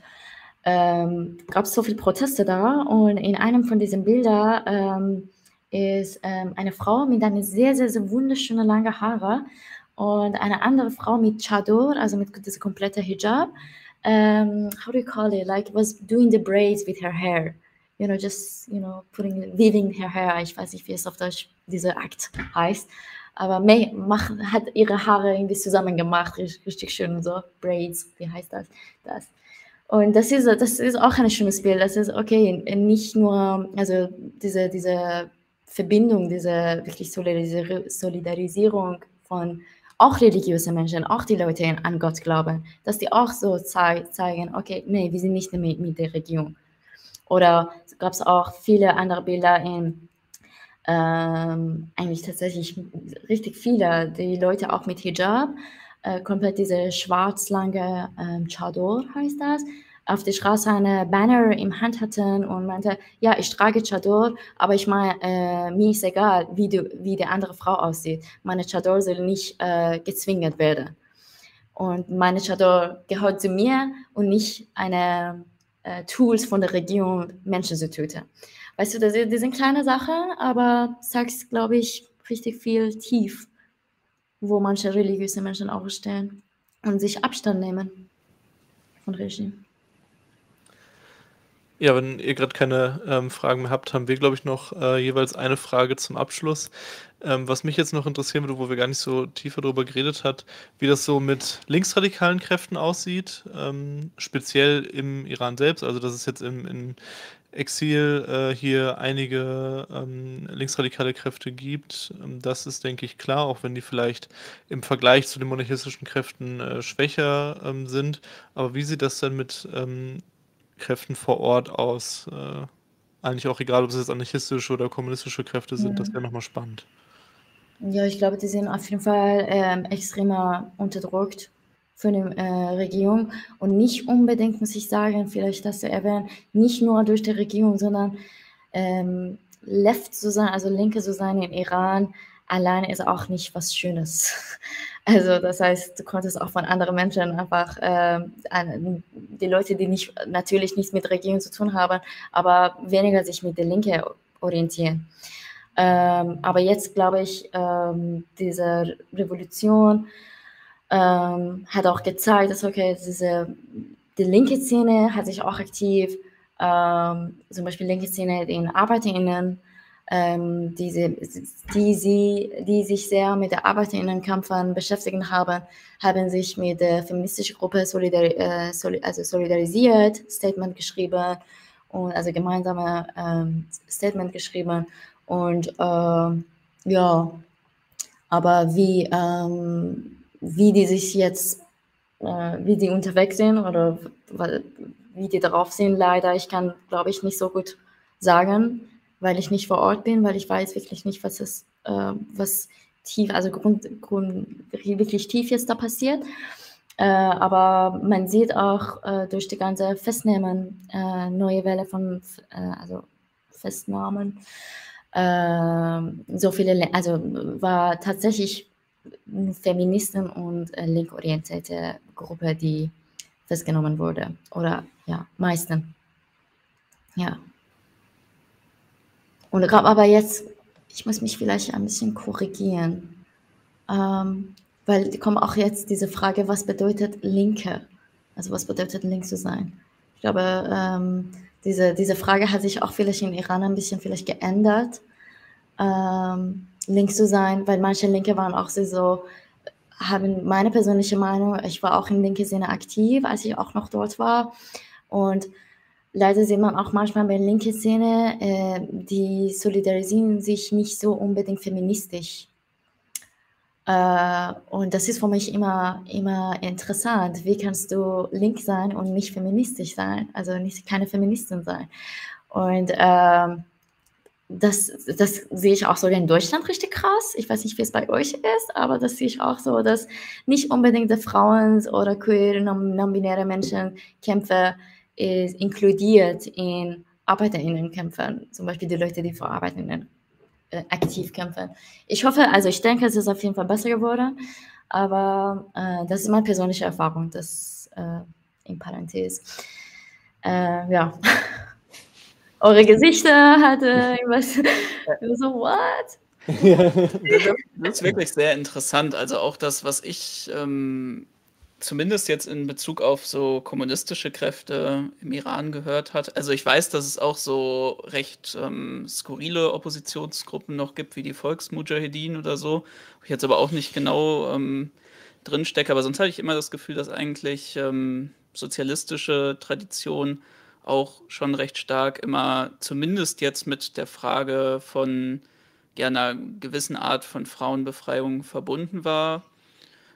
Gab es so viele Proteste da und in einem von diesen Bildern ist eine Frau mit einer sehr, sehr, sehr wunderschönen langen Haare und eine andere Frau mit Chador, also mit diesem kompletten Hijab. How do you call it? Like was doing the braids with her hair. You know, just, weaving her hair. Ich weiß nicht, wie es auf Deutsch dieser Akt heißt. Aber hat ihre Haare irgendwie zusammen gemacht, richtig schön so, Braids, wie heißt das? Und das ist auch ein schönes Bild. Das ist okay, nicht nur, also diese Verbindung, diese wirklich Solidarisierung von auch religiöse Menschen, auch die Leute an Gott glauben, dass die auch so zeigen, okay, nee, wir sind nicht mit der Regierung. Oder gab es auch viele andere Bilder in eigentlich tatsächlich richtig viele, die Leute auch mit Hijab, komplett diese schwarz-lange Chador heißt das, auf der Straße eine Banner im Hand hatten und meinte, ja, ich trage Chador, aber ich meine, mir ist egal, wie die andere Frau aussieht. Meine Chador soll nicht gezwungen werden. Und meine Chador gehört zu mir und nicht eine Tools von der Regierung, Menschen zu töten. Weißt du, das sind kleine Sachen, aber sagst, glaube ich, richtig viel tief, wo manche religiöse Menschen auch stehen und sich Abstand nehmen von Regime. Ja, wenn ihr gerade keine Fragen mehr habt, haben wir, glaube ich, noch jeweils eine Frage zum Abschluss. Was mich jetzt noch interessieren würde, wo wir gar nicht so tiefer darüber geredet hat, wie das so mit linksradikalen Kräften aussieht, speziell im Iran selbst. Also dass es jetzt im Exil hier einige linksradikale Kräfte gibt. Das ist, denke ich, klar, auch wenn die vielleicht im Vergleich zu den monarchistischen Kräften schwächer sind. Aber wie sieht das denn mit Kräften vor Ort aus? Eigentlich auch egal, ob es jetzt anarchistische oder kommunistische Kräfte sind, das wäre nochmal spannend. Ja, ich glaube, die sind auf jeden Fall extremer unterdrückt von der Regierung und nicht unbedingt, muss ich sagen, vielleicht das zu erwähnen, nicht nur durch die Regierung, sondern Left zu sein, also Linke zu sein in Iran, alleine ist auch nicht was Schönes. Also das heißt, du konntest auch von anderen Menschen einfach, die Leute, die natürlich nichts mit Regierung zu tun haben, aber weniger sich mit der Linke orientieren. Aber jetzt glaube ich, diese Revolution hat auch gezeigt, dass okay, die linke Szene hat sich auch aktiv, zum Beispiel linke Szene den ArbeiterInnen, die sich sehr mit der ArbeiterInnenkämpfern beschäftigt haben sich mit der feministischen Gruppe solidarisiert, Statement geschrieben und also gemeinsame Statement geschrieben. Und ja, aber wie die sich jetzt, wie die unterwegs sind oder wie die darauf sind, leider, ich kann, glaube ich, nicht so gut sagen, weil ich nicht vor Ort bin, weil ich weiß wirklich nicht, was tief, also wirklich tief jetzt da passiert. Aber man sieht auch durch die ganze Festnehmen, neue Welle von also Festnahmen, so viele, also war tatsächlich eine Feministen und linkorientierte Gruppe, die festgenommen wurde. Oder ja, meisten. Ja. Und aber jetzt, ich muss mich vielleicht ein bisschen korrigieren, weil kommt auch jetzt diese Frage, was bedeutet Linke? Also was bedeutet links zu sein? Ich glaube, diese Frage hat sich auch vielleicht in Iran ein bisschen vielleicht geändert, links zu sein, weil manche Linke waren auch so, haben meine persönliche Meinung, ich war auch in linke Szene aktiv, als ich auch noch dort war und leider sieht man auch manchmal bei linke Szene, die solidarisieren sich nicht so unbedingt feministisch. Und das ist für mich immer interessant. Wie kannst du link sein und nicht feministisch sein? Also keine Feministin sein. Und das sehe ich auch sogar in Deutschland richtig krass. Ich weiß nicht, wie es bei euch ist, aber das sehe ich auch so, dass nicht unbedingt die Frauen oder queer, non-binäre Menschen Kämpfe ist inkludiert in ArbeiterInnenkämpfen, zum Beispiel die Leute, die für ArbeiterInnen aktiv kämpfen. Ich hoffe, also ich denke, es ist auf jeden Fall besser geworden, aber das ist meine persönliche Erfahrung, das in Parenthese. Ja. Eure Gesichter hatte was so, what? Das ist wirklich sehr interessant. Also auch das, was ich zumindest jetzt in Bezug auf so kommunistische Kräfte im Iran gehört hat. Also ich weiß, dass es auch so recht skurrile Oppositionsgruppen noch gibt, wie die Volksmudjahedin oder so. Ich jetzt aber auch nicht genau drin stecke, aber sonst hatte ich immer das Gefühl, dass eigentlich sozialistische Tradition auch schon recht stark immer, zumindest jetzt mit der Frage von einer gewissen Art von Frauenbefreiung verbunden war.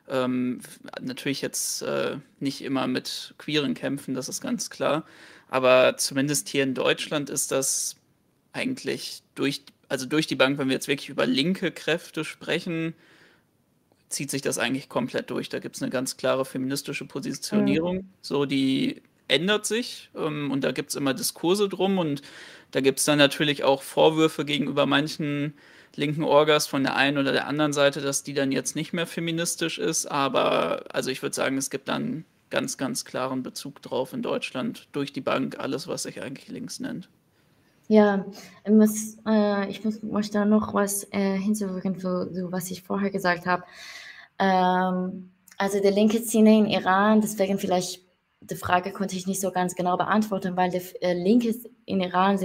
Natürlich jetzt nicht immer mit queeren Kämpfen, das ist ganz klar. Aber zumindest hier in Deutschland ist das eigentlich durch die Bank, wenn wir jetzt wirklich über linke Kräfte sprechen, zieht sich das eigentlich komplett durch. Da gibt es eine ganz klare feministische Positionierung. So, die ändert sich und da gibt es immer Diskurse drum und da gibt es dann natürlich auch Vorwürfe gegenüber manchen linken Orgas von der einen oder der anderen Seite, dass die dann jetzt nicht mehr feministisch ist. Aber also ich würde sagen, es gibt dann ganz, ganz klaren Bezug drauf in Deutschland durch die Bank, alles, was sich eigentlich links nennt. Ja, möchte da noch was hinzufügen für so, was ich vorher gesagt habe. Also die linke Szene in Iran, deswegen vielleicht die Frage konnte ich nicht so ganz genau beantworten, weil die Linke in Iran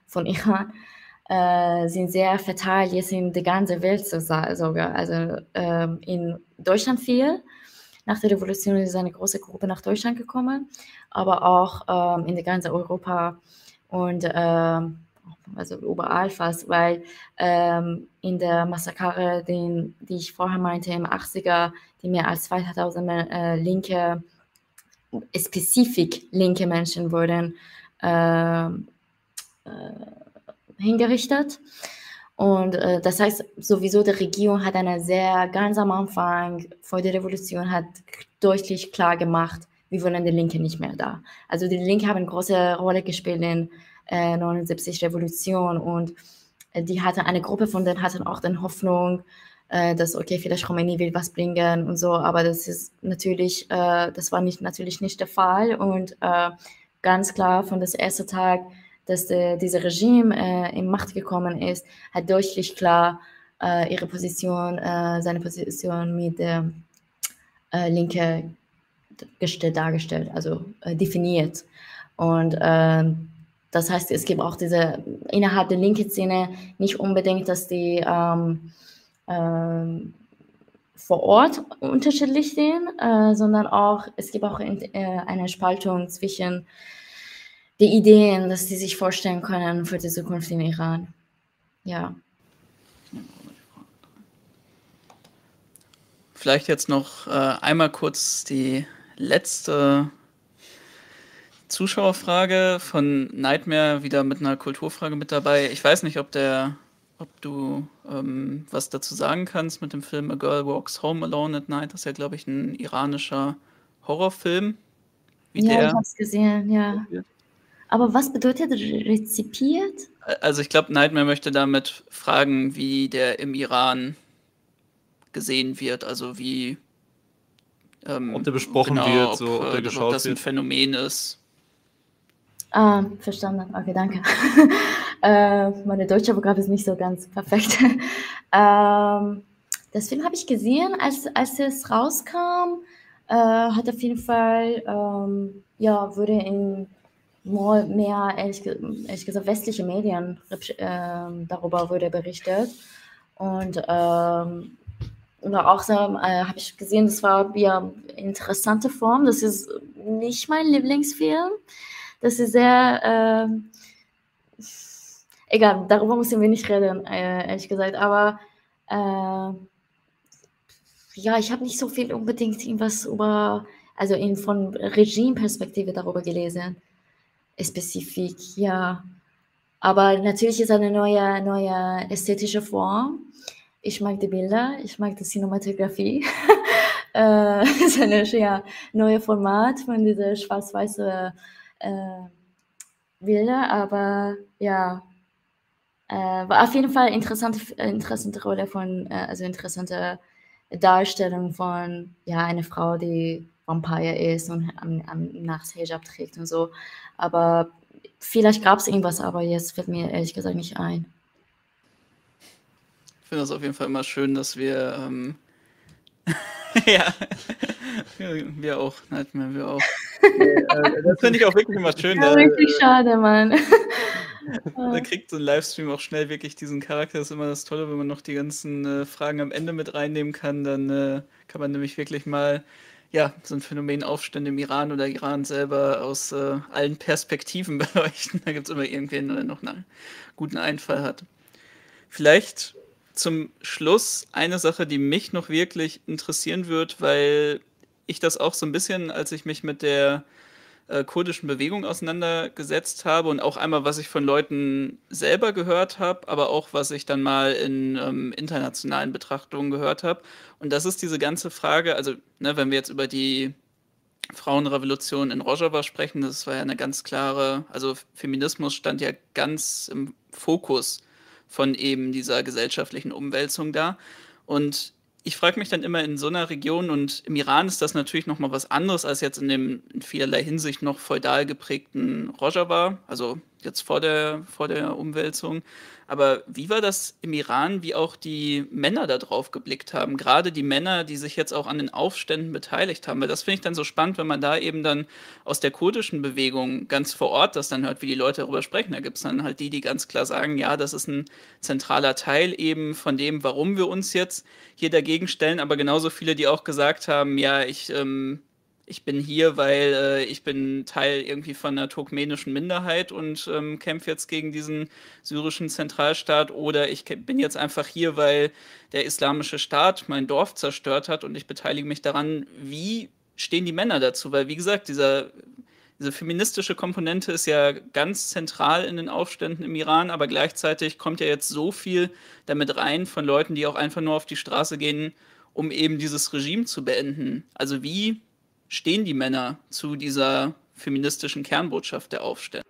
sind sehr verteilt jetzt in der ganzen Welt sogar. Also in Deutschland viel. Nach der Revolution ist eine große Gruppe nach Deutschland gekommen, aber auch in der ganzen Europa und also überall fast, weil in der Massakre, die ich vorher meinte, im 80er, die mehr als 2000 spezifisch linke Menschen wurden hingerichtet. Und das heißt, sowieso die Regierung hat ganz am Anfang vor der Revolution hat deutlich klar gemacht, wir wollen die Linke nicht mehr da. Also die Linke haben eine große Rolle gespielt in 79 Revolution und eine Gruppe von denen hatten auch die Hoffnung, dass okay, vielleicht Khomeini will was bringen und so, aber das ist natürlich, das war natürlich nicht der Fall und ganz klar von das erste Tag, dass dieses Regime in Macht gekommen ist, hat deutlich klar seine Position mit der Linke dargestellt, also definiert. Und das heißt, es gibt auch innerhalb der linken Szene nicht unbedingt, dass die vor Ort unterschiedlich sehen, sondern auch, es gibt auch eine Spaltung zwischen die Ideen, dass sie sich vorstellen können für die Zukunft im Iran. Ja. Vielleicht jetzt noch einmal kurz die letzte Zuschauerfrage von Nightmare, wieder mit einer Kulturfrage mit dabei. Ich weiß nicht, ob du was dazu sagen kannst mit dem Film A Girl Walks Home Alone at Night. Das ist ja, glaube ich, ein iranischer Horrorfilm. Ich habe es gesehen, ja. Aber was bedeutet rezipiert? Also ich glaube, Nightmare möchte damit fragen, wie der im Iran gesehen wird, also wie ob der besprochen wird, ob der geschaut ob das ein Phänomen ist. Verstanden. Okay, danke. Meine deutsche Vokabel ist nicht so ganz perfekt. Das Film habe ich gesehen, als es rauskam, hat auf jeden Fall, wurde in mehr, ehrlich gesagt, westliche Medien darüber wurde berichtet. Und auch so, habe ich gesehen, das war ja eine interessante Form. Das ist nicht mein Lieblingsfilm. Das ist sehr, egal, darüber müssen wir nicht reden, ehrlich gesagt. Aber ich habe nicht so viel unbedingt irgendwas von Regime-Perspektive darüber gelesen. Spezifisch, ja. Aber natürlich ist eine neue ästhetische Form. Ich mag die Bilder, ich mag die Cinematografie. Das ist ein neues Format von dieser schwarz-weißen Bilder, aber ja, war auf jeden Fall interessante Rolle interessante Darstellung von einer Frau, die Vampire ist und nachts Hijab trägt und so. Aber vielleicht gab es irgendwas, aber jetzt fällt mir ehrlich gesagt nicht ein. Ich finde das auf jeden Fall immer schön, dass wir ja, wir auch. Das finde ich auch wirklich immer schön. Ja, richtig schade, Mann. Da kriegt so ein Livestream auch schnell wirklich diesen Charakter. Das ist immer das Tolle, wenn man noch die ganzen Fragen am Ende mit reinnehmen kann. Dann kann man nämlich wirklich mal so ein Phänomen Aufstände im Iran oder Iran selber aus allen Perspektiven beleuchten. Da gibt es immer irgendwen, der noch einen guten Einfall hat. Vielleicht zum Schluss eine Sache, die mich noch wirklich interessieren wird, weil ich das auch so ein bisschen, als ich mich mit der kurdischen Bewegung auseinandergesetzt habe und auch einmal, was ich von Leuten selber gehört habe, aber auch was ich dann mal in internationalen Betrachtungen gehört habe. Und das ist diese ganze Frage, also ne, wenn wir jetzt über die Frauenrevolution in Rojava sprechen, das war ja eine ganz klare, also Feminismus stand ja ganz im Fokus von eben dieser gesellschaftlichen Umwälzung da. Und ich frage mich dann immer in so einer Region, und im Iran ist das natürlich noch mal was anderes als jetzt in dem in vielerlei Hinsicht noch feudal geprägten Rojava, also jetzt vor der Umwälzung. Aber wie war das im Iran, wie auch die Männer da drauf geblickt haben? Gerade die Männer, die sich jetzt auch an den Aufständen beteiligt haben. Weil das finde ich dann so spannend, wenn man da eben dann aus der kurdischen Bewegung ganz vor Ort das dann hört, wie die Leute darüber sprechen. Da gibt es dann halt die, die ganz klar sagen, ja, das ist ein zentraler Teil eben von dem, warum wir uns jetzt hier dagegen stellen. Aber genauso viele, die auch gesagt haben, ja, ich bin hier, weil ich bin Teil irgendwie von einer turkmenischen Minderheit und kämpfe jetzt gegen diesen syrischen Zentralstaat, oder ich bin jetzt einfach hier, weil der islamische Staat mein Dorf zerstört hat und ich beteilige mich daran. Wie stehen die Männer dazu? Weil, wie gesagt, diese feministische Komponente ist ja ganz zentral in den Aufständen im Iran, aber gleichzeitig kommt ja jetzt so viel damit rein von Leuten, die auch einfach nur auf die Straße gehen, um eben dieses Regime zu beenden. Also wie stehen die Männer zu dieser feministischen Kernbotschaft der Aufstände?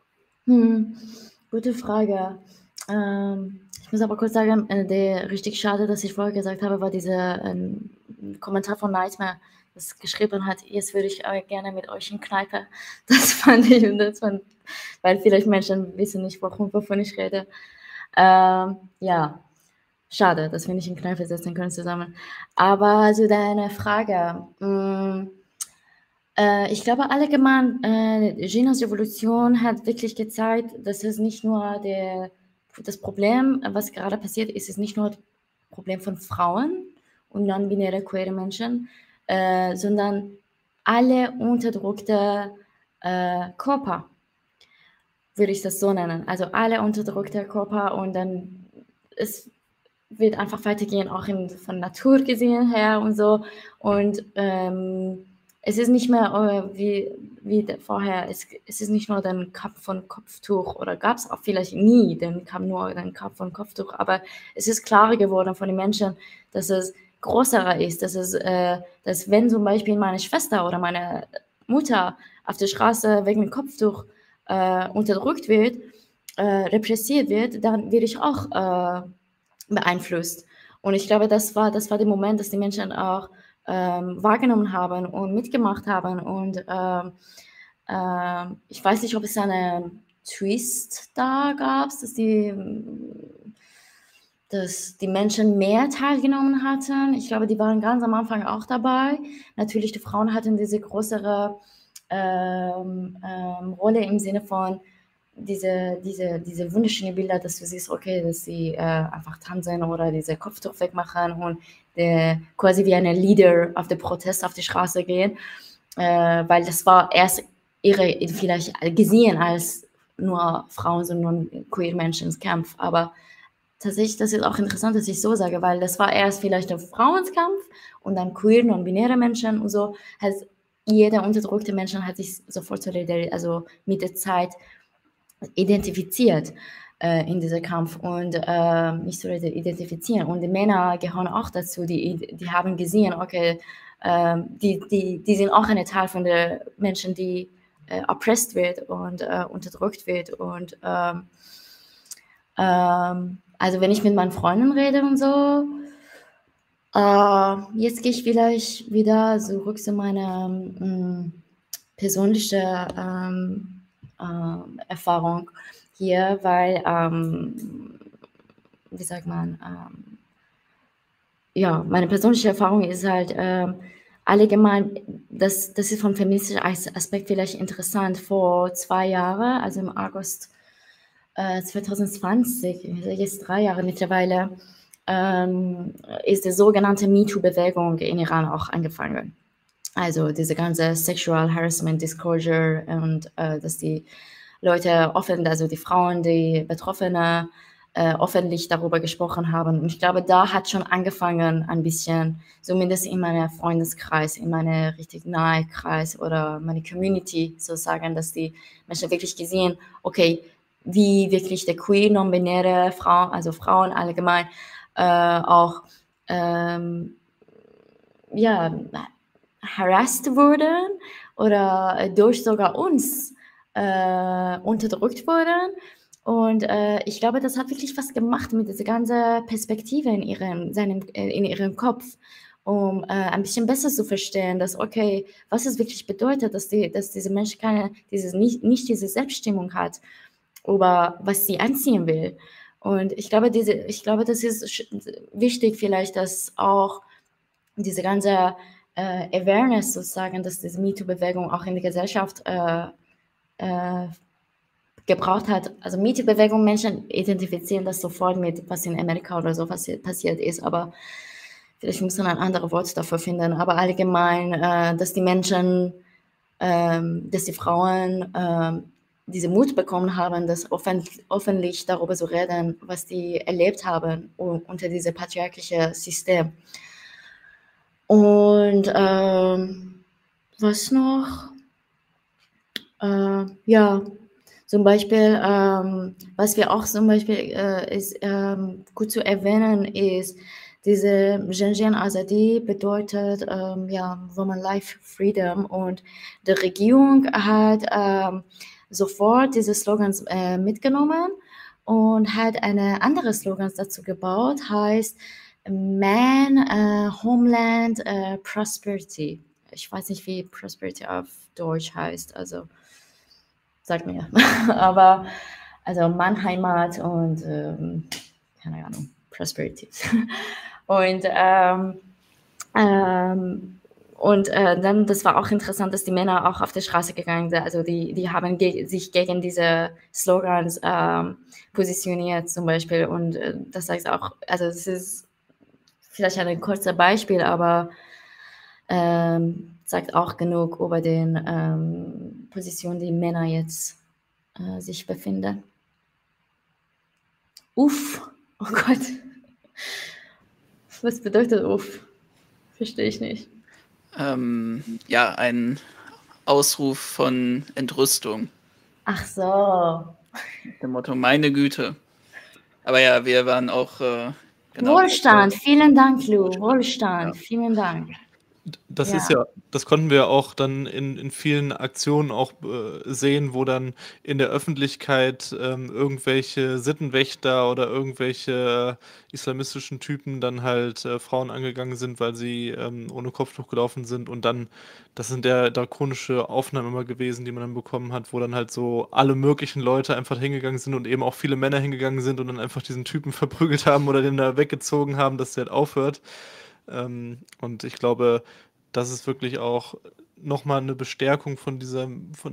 Gute Frage. Ich muss aber kurz sagen, richtig schade, dass ich vorher gesagt habe, war dieser Kommentar von Nightmare, das geschrieben hat, jetzt würde ich gerne mit euch in Kneipe. Das fand ich, weil vielleicht Menschen wissen nicht, wovon ich rede. Ja, schade, dass wir nicht in Kneipe sitzen können zusammen. Aber zu deiner Frage, ich glaube allgemein, Chinas Revolution hat wirklich gezeigt, dass es nicht nur das Problem, was gerade passiert, ist nicht nur das Problem von Frauen und non-binäre queere Menschen, sondern alle unterdrückte Körper, würde ich das so nennen. Also alle unterdrückte Körper, und dann es wird einfach weitergehen, auch von Natur gesehen her und so. Und es ist nicht mehr wie vorher, es ist nicht nur den Kampf von Kopftuch, oder gab es auch vielleicht nie nur den Kampf von Kopftuch, aber es ist klarer geworden von den Menschen, dass es größerer ist, dass wenn zum Beispiel meine Schwester oder meine Mutter auf der Straße wegen dem Kopftuch unterdrückt wird, repressiert wird, dann werde ich auch beeinflusst. Und ich glaube, das war der Moment, dass die Menschen auch wahrgenommen haben und mitgemacht haben. Und ich weiß nicht, ob es einen Twist da gab, dass die Menschen mehr teilgenommen hatten. Ich glaube, die waren ganz am Anfang auch dabei. Natürlich, die Frauen hatten diese größere Rolle im Sinne von diese wunderschönen Bilder, dass du siehst, okay, dass sie einfach tanzen oder diese Kopftuch wegmachen und quasi wie eine Leader auf den Protest auf die Straße gehen, weil das war erst vielleicht gesehen als nur Frauen, sondern queer Menschenskampf, aber tatsächlich, das ist auch interessant, dass ich so sage, weil das war erst vielleicht ein Frauenkampf und dann queer, non-binäre Menschen und so, jeder unterdrückte Mensch hat sich sofort mit der Zeit identifiziert in diesem Kampf und nicht so identifizieren. Und die Männer gehören auch dazu, die haben gesehen, okay, die sind auch ein Teil von den Menschen, die oppressed wird und unterdrückt wird. Und also wenn ich mit meinen Freunden rede und so, jetzt gehe ich vielleicht wieder zurück zu meiner persönlichen Erfahrung hier, weil, wie sagt man, ja, meine persönliche Erfahrung ist halt allgemein, das ist vom feministischen Aspekt vielleicht interessant. Vor 2 Jahren, also im August 2020, jetzt 3 Jahre mittlerweile, ist die sogenannte MeToo-Bewegung in Iran auch angefangen. Also diese ganze Sexual Harassment Disclosure und dass die Leute offen, also die Frauen, die Betroffene öffentlich darüber gesprochen haben. Und ich glaube, da hat schon angefangen, ein bisschen, zumindest in meinem Freundeskreis, in meinem richtig nahen Kreis oder meine Community sozusagen, dass die Menschen wirklich gesehen, okay, wie wirklich der queer, non-binäre Frauen, also Frauen allgemein, auch harassed wurden oder durch sogar uns unterdrückt wurden. Und ich glaube, das hat wirklich was gemacht mit dieser ganzen Perspektive in ihrem Kopf, um ein bisschen besser zu verstehen, dass, okay, was es wirklich bedeutet, dass diese Mensch nicht diese Selbststimmung hat, über was sie anziehen will. Und ich glaube, das ist wichtig vielleicht, dass auch diese ganze Awareness sozusagen, dass diese MeToo-Bewegung auch in der Gesellschaft gebraucht hat. Also MeToo-Bewegung, Menschen identifizieren das sofort mit, was in Amerika oder so passiert ist, aber vielleicht muss man ein anderes Wort dafür finden. Aber allgemein, dass die Menschen, dass die Frauen diese Mut bekommen haben, das öffentlich darüber zu reden, was die erlebt haben unter diesem patriarchischen System. Und was noch? Zum Beispiel, was wir auch zum Beispiel ist gut zu erwähnen, ist diese Janjan Azadi bedeutet Woman Life Freedom, und die Regierung hat sofort diese Slogans mitgenommen und hat eine andere Slogans dazu gebaut, heißt Man, Homeland, Prosperity. Ich weiß nicht, wie Prosperity auf Deutsch heißt, also sag mir. Aber also Mann, Heimat und keine Ahnung, Prosperity. Und dann, das war auch interessant, dass die Männer auch auf der Straße gegangen sind. Also die haben sich gegen diese Slogans positioniert zum Beispiel. Und das heißt auch, also das ist vielleicht ein kurzes Beispiel, aber sagt auch genug über den Positionen, die Männer jetzt sich befinden. Uff, oh Gott. Was bedeutet Uff? Verstehe ich nicht. Ein Ausruf von Entrüstung. Ach so. Dem Motto, meine Güte. Aber ja, wir waren auch... Wohlstand, vielen Dank, Lou. Wohlstand, vielen Dank. Das ist ja, das konnten wir auch dann in vielen Aktionen auch sehen, wo dann in der Öffentlichkeit irgendwelche Sittenwächter oder irgendwelche islamistischen Typen dann halt Frauen angegangen sind, weil sie ohne Kopftuch gelaufen sind, und dann, das sind ja drakonische Aufnahmen immer gewesen, die man dann bekommen hat, wo dann halt so alle möglichen Leute einfach hingegangen sind und eben auch viele Männer hingegangen sind und dann einfach diesen Typen verprügelt haben oder den da weggezogen haben, dass der halt aufhört. Und ich glaube, das ist wirklich auch nochmal eine Bestärkung von dieser,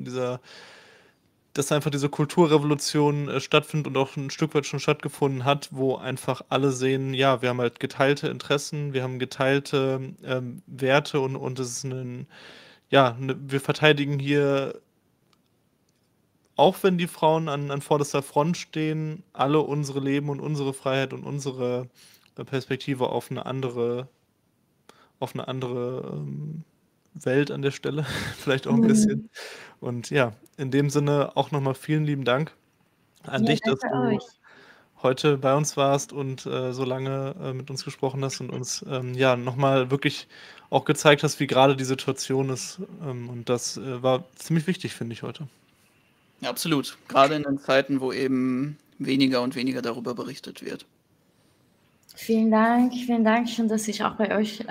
dass einfach diese Kulturrevolution stattfindet und auch ein Stück weit schon stattgefunden hat, wo einfach alle sehen, ja, wir haben halt geteilte Interessen, wir haben geteilte Werte, und es ist wir verteidigen hier, auch wenn die Frauen an vorderster Front stehen, alle unsere Leben und unsere Freiheit und unsere Perspektive auf eine andere Welt an der Stelle, vielleicht auch ein bisschen. Und ja, in dem Sinne auch nochmal vielen lieben Dank an dich, dass du heute bei uns warst und so lange mit uns gesprochen hast und uns nochmal wirklich auch gezeigt hast, wie gerade die Situation ist. Und das war ziemlich wichtig, finde ich, heute. Ja, absolut. Gerade in den Zeiten, wo eben weniger und weniger darüber berichtet wird. Vielen Dank schon, dass ich auch bei euch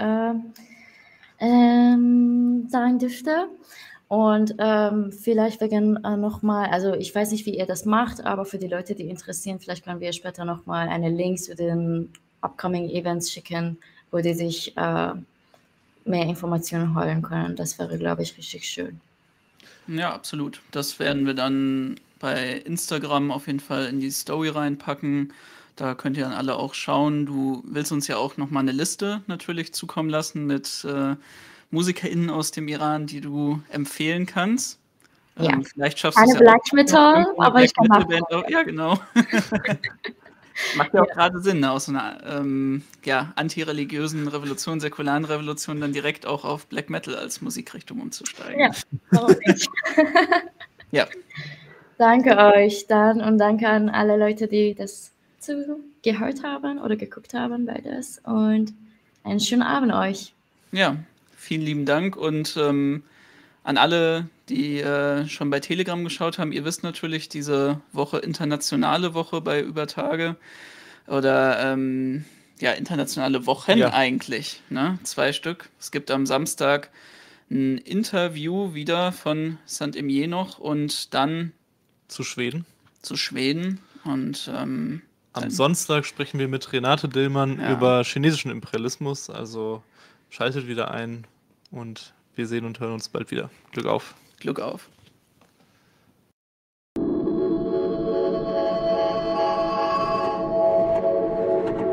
sein dürfte. Und vielleicht wegen nochmal, also ich weiß nicht, wie ihr das macht, aber für die Leute, die interessieren, vielleicht können wir später nochmal einen Link zu den upcoming Events schicken, wo die sich mehr Informationen holen können. Das wäre, glaube ich, richtig schön. Ja, absolut. Das werden wir dann bei Instagram auf jeden Fall in die Story reinpacken. Da könnt ihr dann alle auch schauen. Du willst uns ja auch nochmal eine Liste natürlich zukommen lassen mit MusikerInnen aus dem Iran, die du empfehlen kannst. Ja. Vielleicht schaffst du es ja Black Metal, aber ich kann auch. Ja, genau. Macht ja auch gerade Sinn, ne? Aus so einer antireligiösen Revolution, säkularen Revolution dann direkt auch auf Black Metal als Musikrichtung umzusteigen. Ja, warum nicht? Ja. Danke euch dann und danke an alle Leute, die das gehört haben oder geguckt haben bei das. Und einen schönen Abend euch. Ja, vielen lieben Dank und an alle, die schon bei Telegram geschaut haben, ihr wisst natürlich, diese Woche internationale Woche bei Übertage oder internationale Wochen eigentlich, ne? 2 Stück. Es gibt am Samstag ein Interview wieder von Saint-Imier noch und dann zu Schweden. Und am Sonntag sprechen wir mit Renate Dillmann über chinesischen Imperialismus. Also schaltet wieder ein und wir sehen und hören uns bald wieder. Glück auf. Glück auf.